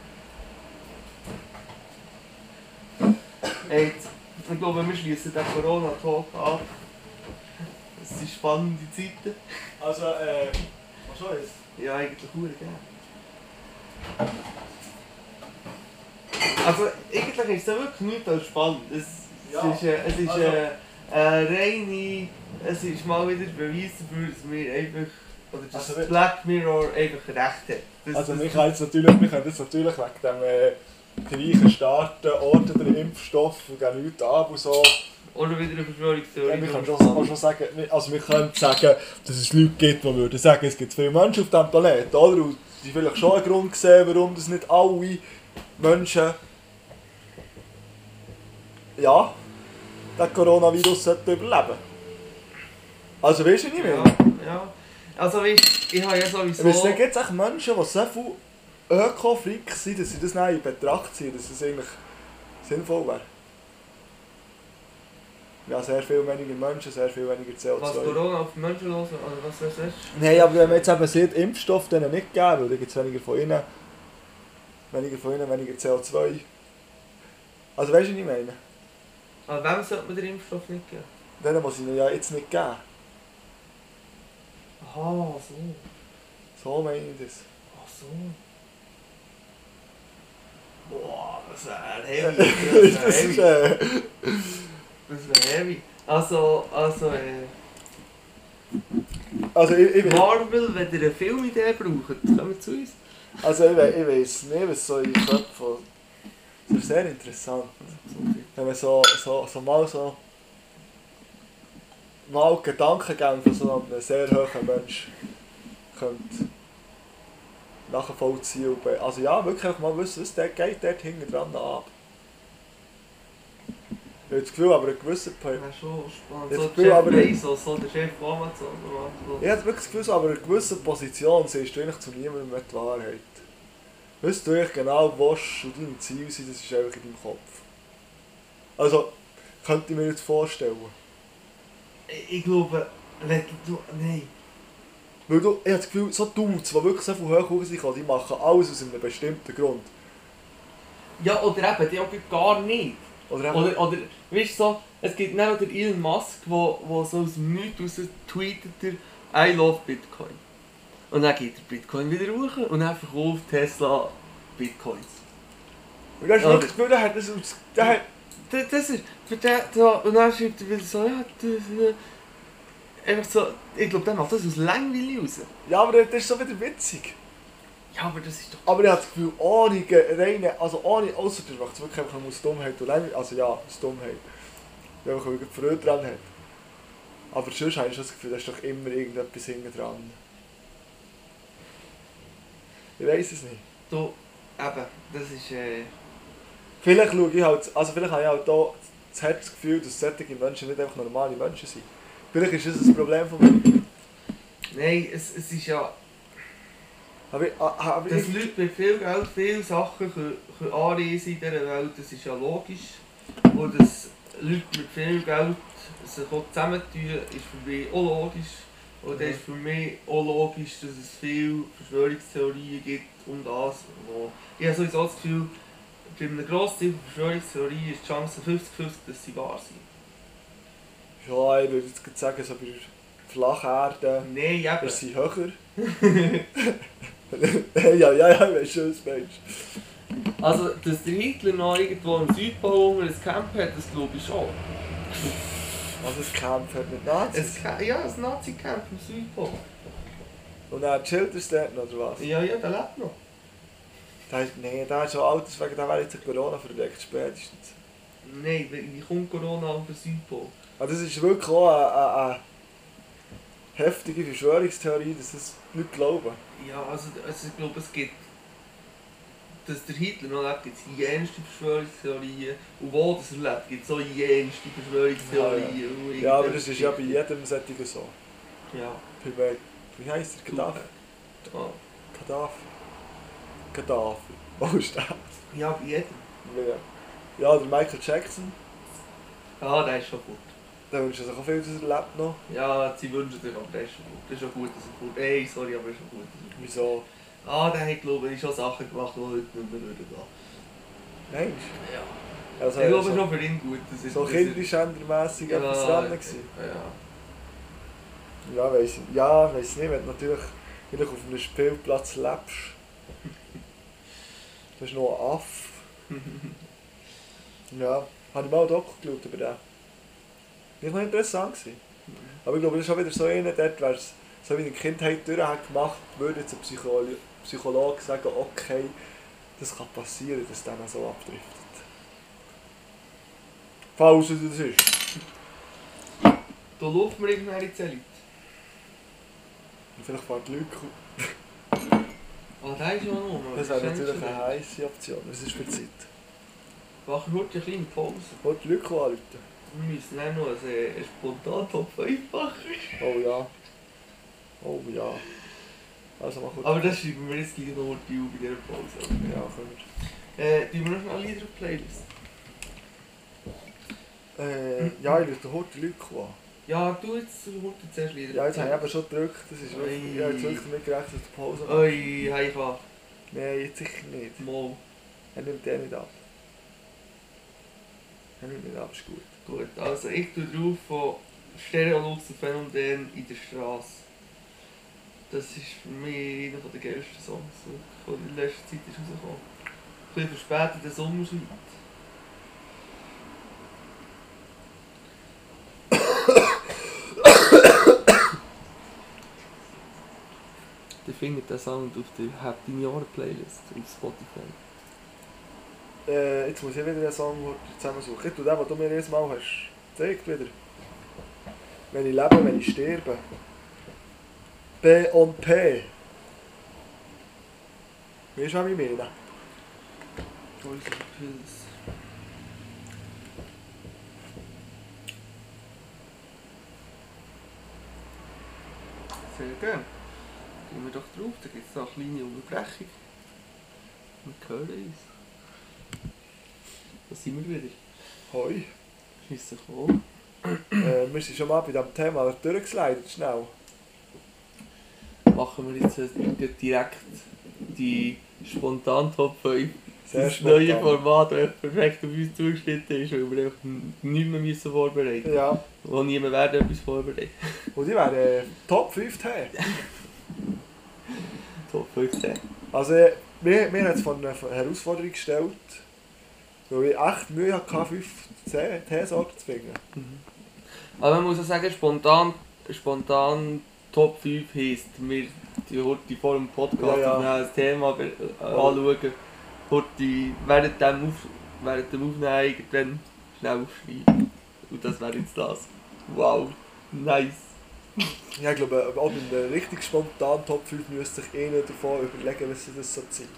Ich glaube, wir schließen den Corona-Talk ab. Es sind spannende Zeiten. Also, was schon ist? Ja, eigentlich verdammt gerne. Also, eigentlich ist es wirklich nichts als spannend. Es ist reine... Es ist mal wieder ein Beweis dafür, dass wir einfach... Oder dass also, Black Mirror einfach recht hat. Also, wir können jetzt natürlich wegen dem... Gleichen starten, orten den Impfstoff und geben nichts ab und so. Oder wieder eine Verschwörungstheorie. Ja, wir können schon sagen, also wir können sagen, dass es Leute gibt, die würden sagen, es gibt viele Menschen auf diesem Planeten, oder? Und die vielleicht schon einen Grund sehen, warum das nicht alle Menschen ja, den Coronavirus überleben sollten. Also weißt du nicht mehr? Ja. Also weißt, ich habe ja sowieso... Weißt du, gibt es echt Menschen, die so viel Öko-Freaks sind, dass sie das nicht in Betracht ziehen, dass es eigentlich sinnvoll wäre. Ja, sehr viel weniger Menschen, sehr viel weniger CO2. Was Corona auf die Menschen los, oder was weißt du? Nein, aber wenn man jetzt eben sieht, Impfstoff denen nicht geben, weil dann gibt es weniger von ihnen, weniger CO2. Also weißt du, was ich meine? Aber wem sollte man den Impfstoff nicht geben? Denen muss ich ihn ja jetzt nicht geben. Aha, so. So meine ich das. Ach so. Boah, das wäre heavy. Das wäre heavy. Das wäre heavy. Also ich Marvel, wenn ihr eine Filmidee braucht, kommt zu uns. Also ich weiss nicht, was so in den Köpfen... Das ist sehr interessant. Wenn man mal Gedankengänge von so einem sehr hohen Menschen könnte nachvollziehen. Also ja, wirklich einfach mal wissen, was geht dort hinten dran ab. Ich habe das Gefühl, aber ein gewisser Das ist schon spannend. Das So Gefühl, Jeff aber- Bezos, so der Chef von Amazon. Ich habe wirklich das Gefühl, so, aber in einer gewissen Position siehst du eigentlich zu niemandem mehr die Wahrheit. Weißt du eigentlich genau, was und deine Ziele sind, das ist einfach in deinem Kopf. Also, könnte ich mir jetzt vorstellen. Ich glaube, wenn du... Nein. Weil du, ich habe das Gefühl, so Dudes, die wirklich so viel hoch raus sind, die machen alles aus einem bestimmten Grund. Ja, oder eben, die auch gar nicht. Oder Oder weißt du so, es gibt nicht noch den Elon Musk, der so aus dem Nichts raus tweetet, I love Bitcoin. Und dann geht der Bitcoin wieder hoch und dann verkauft Tesla Bitcoins. Und du hast wirklich das Gefühl, der hat das aus... Der hat, Das ist, für den, da, und dann schreibt er wieder so, ja, einfach so, ich glaube, der macht das aus Langweile raus. ja, aber das ist so wieder witzig. Ja, aber das ist doch... Aber ich habe das Gefühl, ohne reine... Also ohne... Ausser du machst es wirklich einfach nur aus Dummheit und Längweil. Also ja, aus Dummheit. Weil man Freude dran hat. Aber sonst habe ich schon das Gefühl, da ist doch immer irgendetwas hinten dran. Ich weiss es nicht. Du, eben, das ist, Vielleicht schaue ich halt... Also vielleicht habe ich halt da das Herzgefühl, dass solche Menschen nicht einfach normale Menschen sind. Vielleicht ist das ein Problem von mir. nein, es ist ja, Aber dass Leute mit viel Geld viele Sachen können anreisen in dieser Welt, das ist ja logisch. Und dass Leute mit viel Geld sich auch zusammentun, ist für mich auch logisch. Und dann ist für mich auch logisch, dass es viele Verschwörungstheorien gibt um das. Wo ich habe sowieso das Gefühl, bei einem Grossteil von Verschwörungstheorien ist die Chance 50-50, dass sie wahr sind. Ja, ich würde jetzt gerade sagen, so bei der Flacherde Nein, eben. ist sie höher. ja, ich weiß schon, was du meinst. Also, dass der Hitler noch irgendwo im Südpol unter ein Camp hat, das glaube ich schon. Also es Camp hat mit Nazis. Ja, ein Nazi-Camp im Südpol. Und er chillt es dort noch, oder was? Ja, der lebt noch. Der ist so alt, deswegen der wäre jetzt Corona verdeckt, spätestens. Nein, wie kommt Corona auf den Südpol? Aber das ist wirklich auch eine heftige Verschwörungstheorie, dass das die Leute glauben. Ja, also ich glaube, es gibt... Dass der Hitler noch lebt, gibt es jenste Verschwörungstheorien. Und wo das er lebt, gibt es auch jenste Verschwörungstheorien. Ja, aber das ist ja bei jedem solchen so. Ja. Wie heisst der? Gaddafi? Ah. Gaddafi. Wo ist der? Ja, bei jedem. Ja, der Michael Jackson. Ah, der ist schon gut. Der wünscht sich auch viel, dass er lebt noch. Ja, sie wünschen sich, aber der ist schon gut. Das ist schon gut, dass er gut... Ey, sorry, aber er ist schon gut, dass er gut. Wieso? Ah, der hat, glaube ich, schon Sachen gemacht, die heute nicht mehr würden gehen. Nein. Ja. Also, Ich glaube schon für ihn gut. Das ist so kinderschändermässig etwas dran gewesen. Ja. Ja, weiss nicht, wenn du natürlich auf einem Spielplatz lebst. Du bist noch ein Affe. Ja, habe ich mal ein Doku geschaut über den. Das war noch interessant. Aber ich glaube, das ist auch wieder so einer, dort wäre es so wie in der Kindheit durch hat gemacht, würde jetzt ein Psychologe sagen, okay, das kann passieren, dass der so abdriftet. Falls es das ist. Da läuft mir irgendwann in die Leute. Und vielleicht fährt die Leute. Ah, der ist ja noch. Das wäre natürlich eine heisse Option. Was ist für die Zeit? Machen wir heute eine kleine Pause. Wollt die Leute anrufen? Wir müssen auch noch einen spontan Top 5 machen. Oh ja. Oh ja. Also mach gut. Aber das schreiben wir jetzt gleich noch bei dieser Pause. Ja, können wir. Tun wir noch schnell Lieder auf die Playlist? Ja, ich würde heute die Leute an. Ja, du jetzt heute zuerst Lieder. Ja, jetzt habe ich eben schon gedrückt. Das ist wirklich, ich habe jetzt wirklich damit gerechnet, dass die Pause macht. Oi, Heifa. Nein, jetzt sicher nicht. Mal. Er nimmt den nicht ab. Er nimmt nicht ab, ist gut. Gut, also ich tue drauf von Stereolux und Phänomen in der Straße. Das ist für mich einer der geilsten Songs, die in letzter Zeit ist rausgekommen. bisschen verspätet der Sommerschweit. Ihr findet den Sound auf der Happy New Year Playlist auf Spotify. Jetzt muss ich wieder einen Song zusammensuchen. Ich tue den, den du mir jedes Mal hast gezeigt wieder. Wenn ich lebe, wenn ich sterbe. B und P. Weißt du, was ich meine? Poison Pills. Sehr gerne. Gehen wir doch drauf, da gibt es noch eine kleine Unterbrechung. Wir hören uns. Da sind wir wieder. Hoi. Scheisse gekommen. Wir sind schon mal bei diesem Thema durchgeslidet, schnell. Machen wir jetzt direkt die spontan Top 5. Sehr Das neue spontan. Format, das perfekt auf uns zugeschnitten ist, weil wir einfach nichts mehr müssen vorbereiten Ja. müssen. Wo niemand werden etwas vorbereiten. Und die wären Top 5 Tee. Top 15. Also, mir hat es vor eine Herausforderung gestellt, weil ich echt Mühe hatte, 5 Teesorten zu finden. Aber man muss auch sagen, spontan Top 5 heisst, wir die heute vor dem Podcast Ja, ja. ein Thema anschauen, heute während dem Aufnehmen irgendwann schnell aufschreiben. Und das wäre jetzt das. Wow, nice. Ja, ich glaube, auch bei einem richtig spontanen Top 5 müsste sich einer davon überlegen, was das so sein.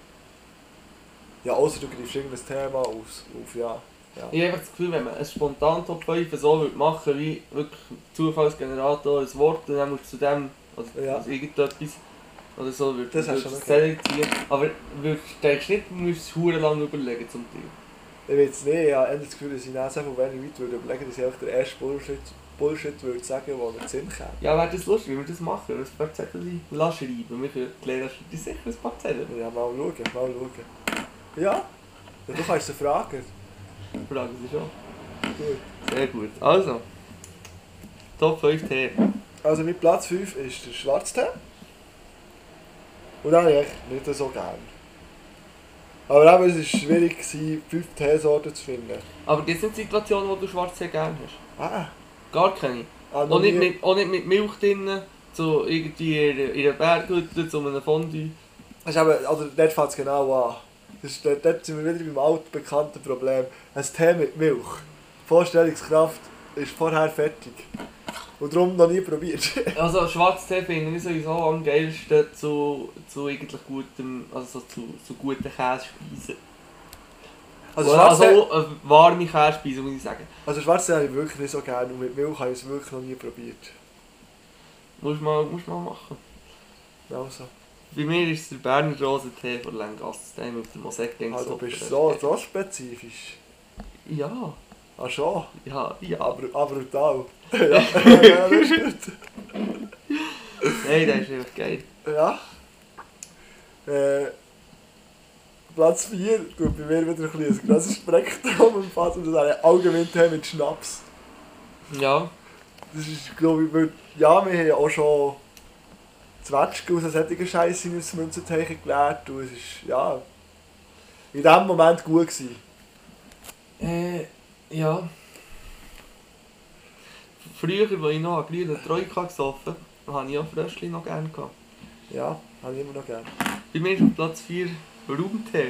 Ja, außer du greifst irgendein Thema auf ja. Ich habe einfach das Gefühl, wenn man einen spontan Top 5 so machen würde, wie wirklich Zufallsgenerator ein Wort, und dann musst du zu dem, Ja. also irgendetwas oder so, Das hast du würdest schon selektieren. Aber denkst du nicht, du musst es verdammt lange überlegen zum Teil? Ich weiß nicht, ich habe eher das Gefühl, dass ich nicht so viel wenig weit würde überlegen, dass ich einfach den ersten Bullshit würde sagen, der mir in den Sinn käme. Ja, wäre das lustig, wie wir das machen, ein paar Zettel schreiben. Wir können die Lehrer die sicher ein paar Zettel. Ja, mal schauen. Ja, du kannst sie fragen. Fragen Sie schon. Gut. Sehr gut. Also, Top 5 Tee. Also mein Platz 5 ist der Schwarztee. Und den habe ich echt nicht so gern. Aber eben, es war schwierig, 5 Teesorten zu finden. Aber das sind Situationen, wo du Schwarztee gerne hast. Ah, Gar keine. noch Auch nicht, nie. auch nicht mit Milch drin, so irgendwie in einer Berghütte, zu einem Fondue. Das ist eben, also dort fängt es genau an. Dort sind wir wieder beim altbekannten Problem. Ein Tee mit Milch. Die Vorstellungskraft ist vorher fertig. Und darum noch nie probiert. Also Schwarztee finde ich sowieso am geilsten zu eigentlich gutem, also so zu guten Käsespeisen. Also Also Schwarztee, warme Käsespeisen, muss ich sagen. also Schwarztee habe ich wirklich nicht so gerne und mit Milch habe ich es wirklich noch nie probiert. Musst mal machen. Also, Bei mir ist es der Berner Rosentee von Lengasse, der mit dem Mosaikgang. also du bist so spezifisch. Ja, Ah schon? ja. Aber brutal. Ja, das ist gut. Nein, der ist einfach geil. Ja. Platz 4 tut bei mir wieder ein grosses Spektrum umfassen und das eine allgemein Tee mit Schnaps. Ja, Das ist, glaube ich, weil, ja, wir haben ja auch schon Zwetschgen aus solchen Scheiß in uns Münzenteichen gelernt und es ist, ja, in dem Moment gut gewesen. ja. Früher, als ich noch grüne Troika gesoffen habe, hatte ich auch Fröschli noch gerne gehabt. Ja, habe ich immer noch gerne. Bei mir ist auf Platz 4 Raumtee.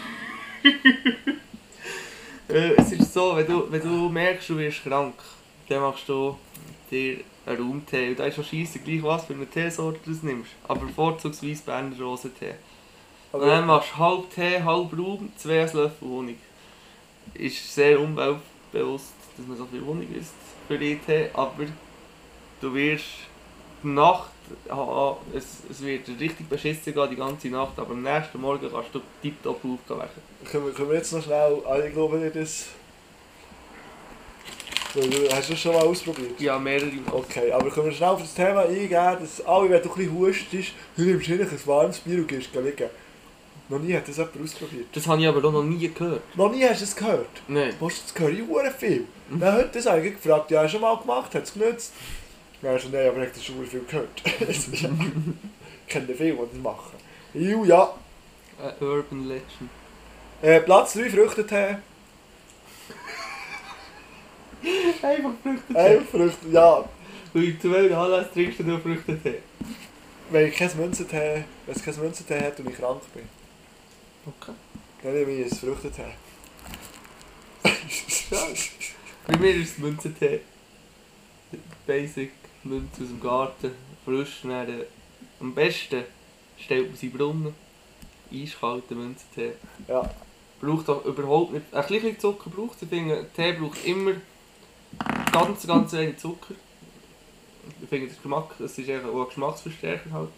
Es ist so, wenn du merkst, du wirst krank, dann machst du dir einen Raumtee. Und da ist schon scheisse gleich was für eine Teesorte du nimmst. Aber vorzugsweise Berner Rosentee. Und dann machst du halb Tee, halb Raum, 2 Esslöffel Honig. Ist sehr umweltbewusst, dass man so viel Honig isst für den Tee, aber du wirst die Nacht, es wird richtig beschissen gehen die ganze Nacht, aber am nächsten Morgen kannst du tiptop aufwachen. Können wir jetzt noch schnell, ich glaube nicht, das... Hast du das schon mal ausprobiert? Ja, mehrere Mal. Okay, aber können wir schnell auf das Thema eingehen, dass alle, wenn du ein bisschen hustest, du nimmst nicht ein warmes Bier und gehst liegen. Noch nie hat das jemand ausprobiert. Das habe ich aber auch noch nie gehört. Noch nie hast du es gehört? Nein. Das höre ich verdammt viel. Dann heute das habe ich gefragt, ja, hast du schon mal gemacht, hat es genützt? Ja, schon nein, aber ich habe das schon verdammt viel gehört. Ja. Ich kenne viele, die das machen. Ja. Urban Legend. Platz 3 Früchtetee. Einfach Früchtetee. Früchte, ja. Und zu welchen Anlass trinkst du nur Früchtetee? Wenn es keinen Münzentee hat und ich krank bin, Okay. dann nehme ich ein Früchtetee. Bei mir ist es Münzentee. Basic, Münze aus dem Garten, frisch. Dann, am besten stellt man sie in den Brunnen. Eiskalten Münzentee. Ja. Braucht auch überhaupt nicht. Ein bisschen Zucker braucht es. Ich finde, Tee braucht immer ganz wenig Zucker. Ich finde, der Geschmack, das ist einfach auch ein Geschmacksverstärker halt.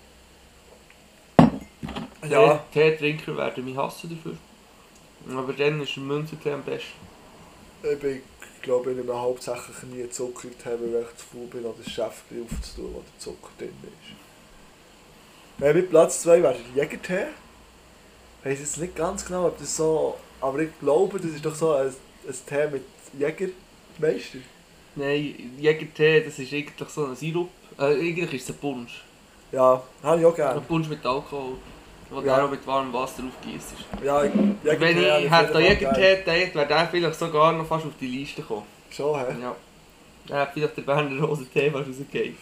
Ja. Teetrinker werden mich hassen dafür. Aber dann ist ein Münzentee am besten. Ich glaube, ich nehme hauptsächlich nie Zucker in Tee, weil ich zu faul bin, noch das Schäfchen aufzutun, wo der Zucker drin ist. Mit Platz 2 wäre der Jägertee. Ich weiss jetzt nicht ganz genau, ob das so... Aber ich glaube, das ist doch so ein Tee mit Jägermeister. Nein, Jägertee, das ist eigentlich so ein Sirup. Eigentlich ist es ein Punsch. Ja, habe ich auch gerne. Ein Punsch mit Alkohol, wo Ja. du auch mit warmem Wasser aufgießt. Ja, Jägertee Wenn ich habe hätte an jeden Fall gerne. Jägertee gedacht, wäre der vielleicht sogar noch fast auf die Liste gekommen. Schon, hä? Ja. Dann hätte vielleicht der Berner Rosentee fast rausgegeben.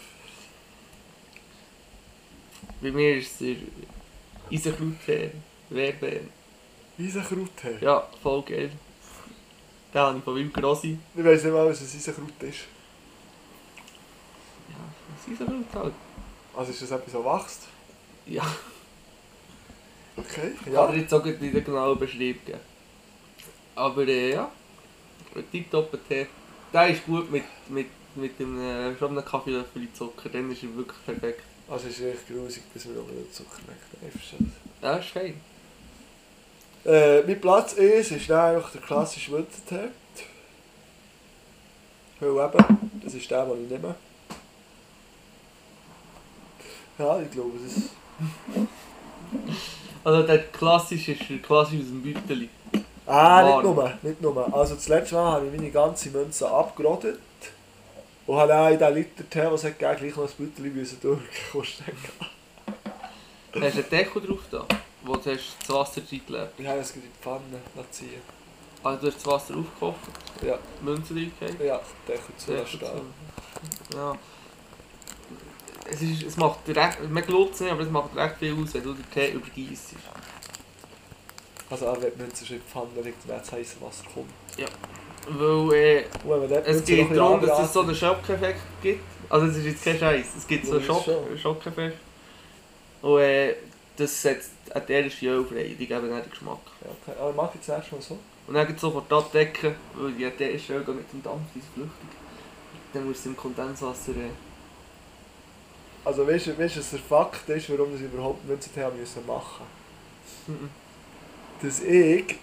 Bei mir ist es der Eisenkrauttee, Wehrbeeren. Eisenkrauttee? Ja, voll geil. Den habe ich von meinem Grossi. Ich weiss nicht mal, was ein Eisenkraut ist. Ja, das Eisenkraut halt. Also ist das etwas, das wächst? Ja, Okay, ich ja. kann dir jetzt auch nicht den genauen Beschrieb geben. Aber ja, ein Tipptopp-Tee. Der ist gut mit schon einem Kaffeelöffel Zucker, dann ist er wirklich perfekt. Also ist echt grusig, bis mir noch nicht Zucker schmeckt. Ich verstehe Ja, ist fein. das. Mein Platz 1 ist dann einfach der klassische Münzentee. Weil eben, das ist der, den ich nehme. Ja, ich glaube, das ist... Also der klassische ist der klassisch aus dem Büteli. Nicht nur. Also das letzte Mal habe ich meine ganze Münze abgerodet. Und habe auch in den Liter Tee, was es gegeben, gleich noch ein Büteli durchkosten. Hast du einen Deckel drauf da, wo du hast das Wasser reingeleert? Ich habe es in die Pfanne ziehen. Also du hast das Wasser aufgekocht, Ja, Münze reingegeben. ja, Deckel zu Deckel stehen. zu. Ja. Es macht recht, man glaubt es nicht, aber es macht recht viel aus, wenn du den Tee übergießt. Also auch wenn die Münze schon in die Pfanne liegt und dann das heiße Wasser kommt. Weil Und wenn man dort die es Münze noch geht ein darum, bisschen dass es so anbraten- einen Schockeffekt gibt. Also es ist jetzt kein Scheiß, es gibt so einen Ja, das schon. Schockeffekt. Und das setzt an der ersten Öl frei, die geben dann den Geschmack. Ja, okay. Aber mach ich das erste Mal so. Und dann geht es sofort abdecken, weil die erste Öl geht mit dem Dampf, die ist flüchtig. Dann musst du im Kondenswasser... Also weißt du, was der Fakt ist, warum ich überhaupt Münzentee machen musste? Mhm. Dass ich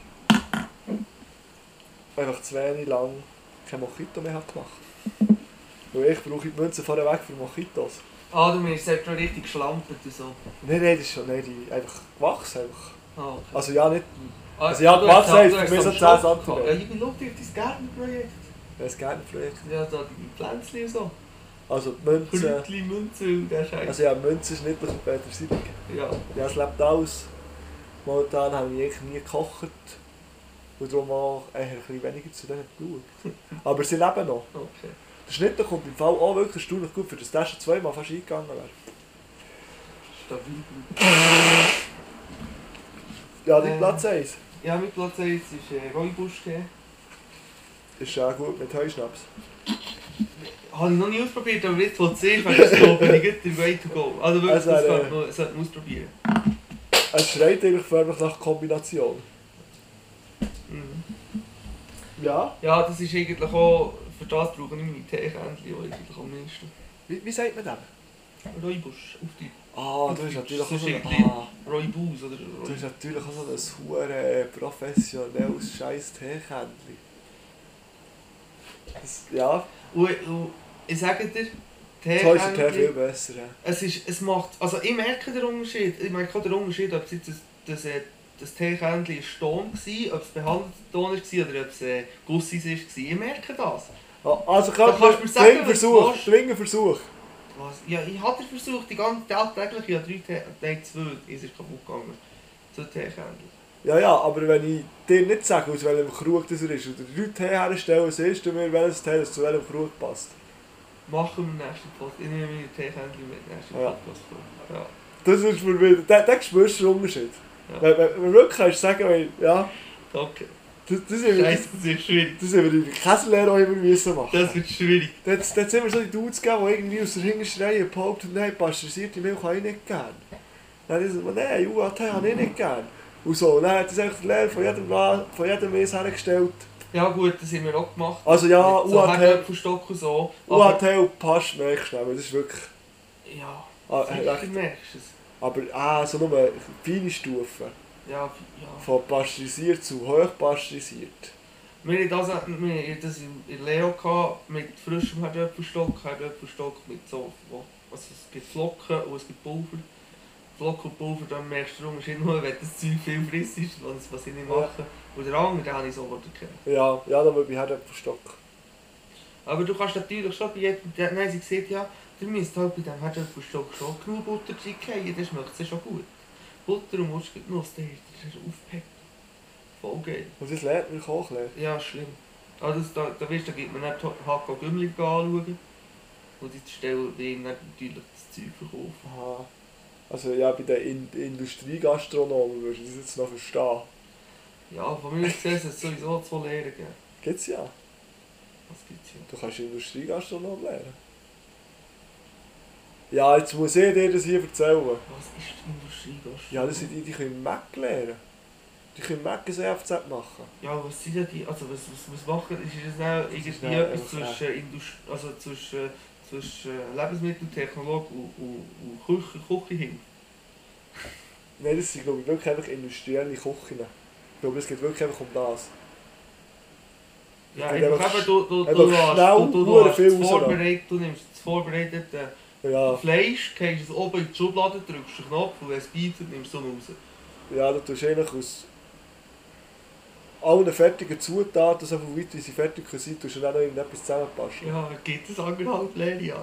einfach zu wenig lang kein Mojito mehr habe gemacht. Weil ich brauche die Münze vorher weg für Mojitos. Ah, du meinst, es hat schon richtig geschlampert und so. Nein, das ist schon die einfach gewachsen. Einfach. Ah, okay. Also ja, nicht... Ah, Also ja, du gewachsen hast- heisst du hast für mich so am 10 Stock Zentimeter. gehabt. Ja, ich bin lustig auf dein Gärtnerprojekt. Das gerne Projekt. Ja, da die Pflänzchen und so. Also die Münze... Kräutchen, Münze und der Scheiß. Also ja, die Münze ist nicht durch Petersilie. Ja. Ja, es lebt aus. Momentan habe ich eigentlich nie gekocht. Und darum auch eher ein bisschen weniger zu denen geschaut. Aber sie leben noch. Okay. Der Schnitt kommt im Fall auch wirklich erstaunlich gut, für das der schon zweimal fast eingegangen wäre. Stabil. Ja, dein Platz 1 Ja, mein Platz 1 ist Rooibos-Tee. ist auch gut mit Heuschnaps. Habe ich noch nie ausprobiert, aber jetzt, wo du siehst, wäre das so, bin ich gut der Way to go. Also wirklich, Also, das sollte man ausprobieren. Es schreit eigentlich förmlich nach Kombination. Mhm. Ja. Ja, das ist eigentlich auch, für das brauche ich meine Teekännchen, die eigentlich am meisten. Wie sagt man das? Rooibos, auf die Ah, du hast natürlich auch Das so ist ein... irgendwie- Ah, Rooibos oder du hast natürlich auch so ein hure professionelles scheiß Teekännchen. Ja, Und ich sage dir, so ist der Tee viel Teekännchen, besser. Ja. es macht, also ich merke den Unterschied, ob es jetzt das Teekännchen ein Ton war, ob es behandelter Ton war oder ob es Gussis war. Ich merke das. Also Da kannst du mir sagen, was du willst. dringender Versuch. Was? Ja, ich hatte versucht, die ganze tagtäglich, ja 3 Tee, nein 2, es ist kaputt gegangen. 2 Teekännchen. Ja, aber wenn ich dir nicht sage, aus welchem Krug das er ist, oder die Leute herstellen, siehst du mir, welches Teil zu welchem Krug passt. Machen wir nächsten Podcast. Ich nehme meine Teekännchen mit nächsten Ja. Podcast vor. Ja. Das ist für mich, da spürst du den Unterschied. Ja. Wenn du wirklich kannst sagen, weil, ja, Danke. das ist Scheiße, das wird schwierig. das haben wir in der Käselehre auch immer müssen machen. Das wird schwierig. Da hat es immer so die Dudes gegeben, die irgendwie aus der hintersten Reihe behaupten, nein, pasteurisierte Milch habe ich nicht gern. Dann ist es so, nein, UAT habe ich nicht gern. Und so, und dann hat das einfach der Lehrer von jedem Mess hergestellt. Ja gut, das haben wir auch gemacht. Also ja, Mit so UAT, Herdöpfelstock und so. UAT und passt nicht schnell, weil das ist wirklich... Ja, sicher sicher merkst du es. Aber so nur feine Stufen. Ja, ja. Von pasteurisiert zu hochpasteurisiert. Wir hatten das in der Leo gehabt, mit frischem Herdöpfelstock mit so... Also es gibt Flocken und es gibt Pulver. Flocken und Pulver, dann merkst du den Unterschied nur, wenn das Zeug viel friss ist, was ich nicht mache. Und der andere, den habe ich sofort erkannt. Ja, da will ich Herdöpfelstock. Aber du kannst natürlich schon bei jedem... Nein, sie sagt ja, du müsst halt bei diesem Herdöpfelstock schon genug Butter reingehen, das schmeckt es schon gut. Butter und Muskelnuss, das ist aufgepackt. Voll geil. Und das lernt man Kochlehre. Ja, schlimm. Also da weißt, da gibt man nicht Hakka Gümmli anschauen. Und die Stelle will ihm natürlich das Zeug verkaufen. Aha. Also ja, bei den Industriegastronomen würdest du das jetzt noch verstehen. Ja, von mir aus gesehen, es sowieso 2 Lehren geben. Gibt's ja. Was gibt's hier? Du kannst Industriegastronom lernen. Ja, jetzt muss ich dir das hier erzählen. Was ist die Industriegastronomie? Ja, das sind die können Mac lernen. Die können Mac ein EFZ machen. Ja, was sind denn die? Also was machen? Ist das auch irgendwie nein, etwas zwischen Lebensmitteltechnologe und Küchenhilfe? Nein, das sind glaube ich wirklich einfach industrielle Küchen. Ich glaube, es geht wirklich einfach um das. Ja, geht einfach einfach eben, du schnell viel du nimmst das vorbereitete Ja, Fleisch, gehst es oben in die Schublade, drückst den Knopf und wenn es beizt, nimmst du es raus. ja, du tust eigentlich aus allen fertigen Zutaten, so viel weit wie sie fertig sein können, tust du dann noch irgendetwas zusammenpassen. Ja, gibt es 1,5 Lehrjahre?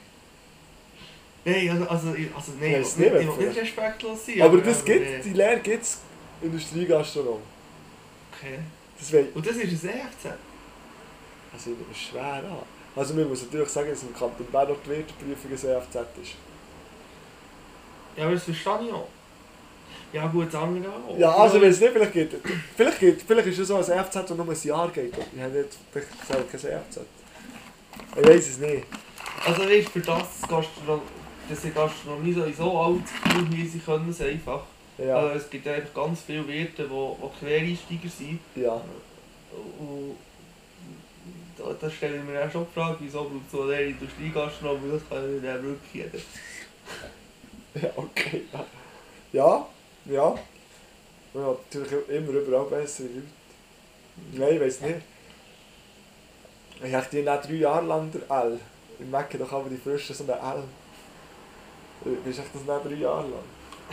Nein, also nein, Weiss ich nicht, will wenn nicht respektlos sein. Aber das gibt, die Lehre gibt es Industriegastronom. Okay. Das will, Und das ist ein EFZ? also ich nehme es schwer an. Also man muss natürlich sagen, dass im Kanton Bern auch die Wirteprüfung ein EFZ ist. Ja, aber das verstehe ich auch. Ja gut, das andere auch. Ja, also wenn es nicht vielleicht ist es so ein EFZ, das nur ein Jahr geht. Ich habe nicht gesagt, kein EFZ. Ich weiß es nicht. Also weißt du, für dass die Gastronomie sowieso alt wie sie können es einfach. Ja, Also, es gibt einfach ganz viele Wirte, die Quereinsteiger sind. ja. Und da stelle ich mir auch schon die Frage, wieso braucht so eine Industriegastronomie, das kann ja nicht wirklich jeder. Ja, okay. Ja. Ja, natürlich immer überall bessere Leute. Nein, ich weiß nicht. Ich habe die nicht 3 Jahre lang der L. Ich merke doch aber die Frischen so eine L. Bist du das nicht 3 Jahre lang?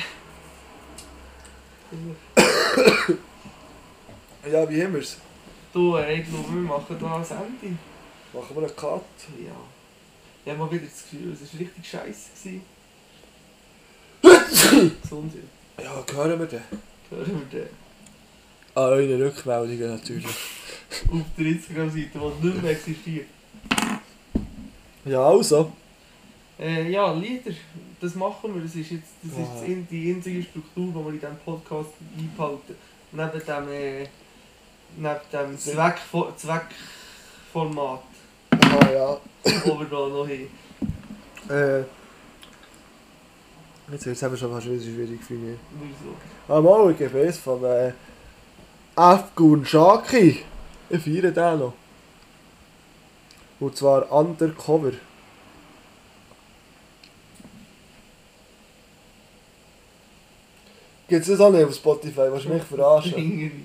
Ja, wie haben wir es? Du, ich glaube, wir machen da ein Ende. Machen wir einen Cut? Ja. Ich habe mal wieder das Gefühl, es war richtig scheiße. Gesundheit. Ja, hören wir den. Hören wir den. Ah, eure Rückmeldungen natürlich. Auf der Instagram-Seite, die nicht mehr existiert. Ja, also. Ja, Lieder, das machen wir. Das ist jetzt die einzige Struktur, die wir in diesem Podcast einbehalten. Neben dem Zweckformat, Ah ja. das wir da noch haben. Jetzt haben wir schon fast wieder schwierig finde ich. Wieso? Ah, mal, ich gebe es von Afgun Shaki. Ich feiere den noch. Und zwar Undercover. Gibt es das auch nicht auf Spotify? Willst du mich verarschen?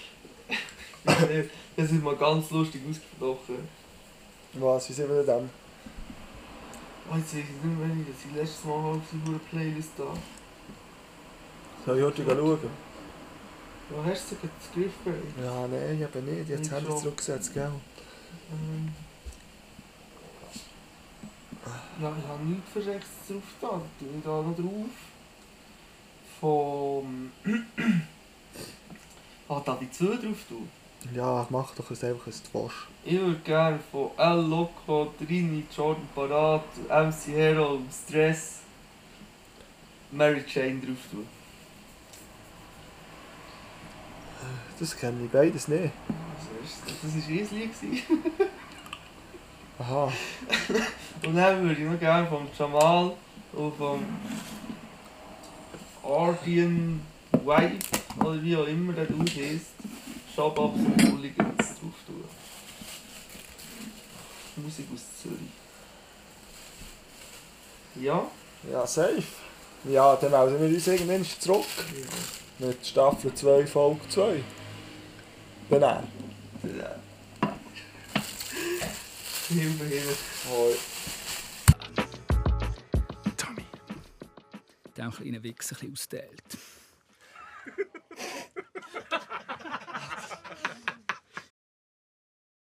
Das ist mal ganz lustig ausgesprochen. Was, wie sind wir denn? Oh, jetzt weiß ich nicht mehr, wenn ich letztes Mal auf die Playlist da. Soll ich heute schauen? Wo hast du das Griffberry? Ja, nein, eben nicht. Jetzt haben wir zurückgesetzt, gell? Ja, ich habe nichts Verrechtes drauf da. Da tue ich da noch drauf. Vom Da die 2 drauf tun. Ja, mach doch einfach ein Twosch. Ich würde gerne von El Loco, Trini, Jordan Parat, MC Hero, Stress, Mary Jane drauf tun. Das kenne ich beides nicht. Das war ein Lied. Aha. Und dann würde ich noch gerne vom Jamal und vom Ardian Vibe, oder wie auch immer der Dude heisst, Shababs und Hooligans drauf tun. Musik aus Zürich. Ja? Ja, safe. Ja, dann melden wir uns irgendwann zurück. Mit Staffel 2, Folge 2. Dann. Hilfe. Hoi. Tommy. Der auch ein kleiner Wichser ein bisschen austeilt.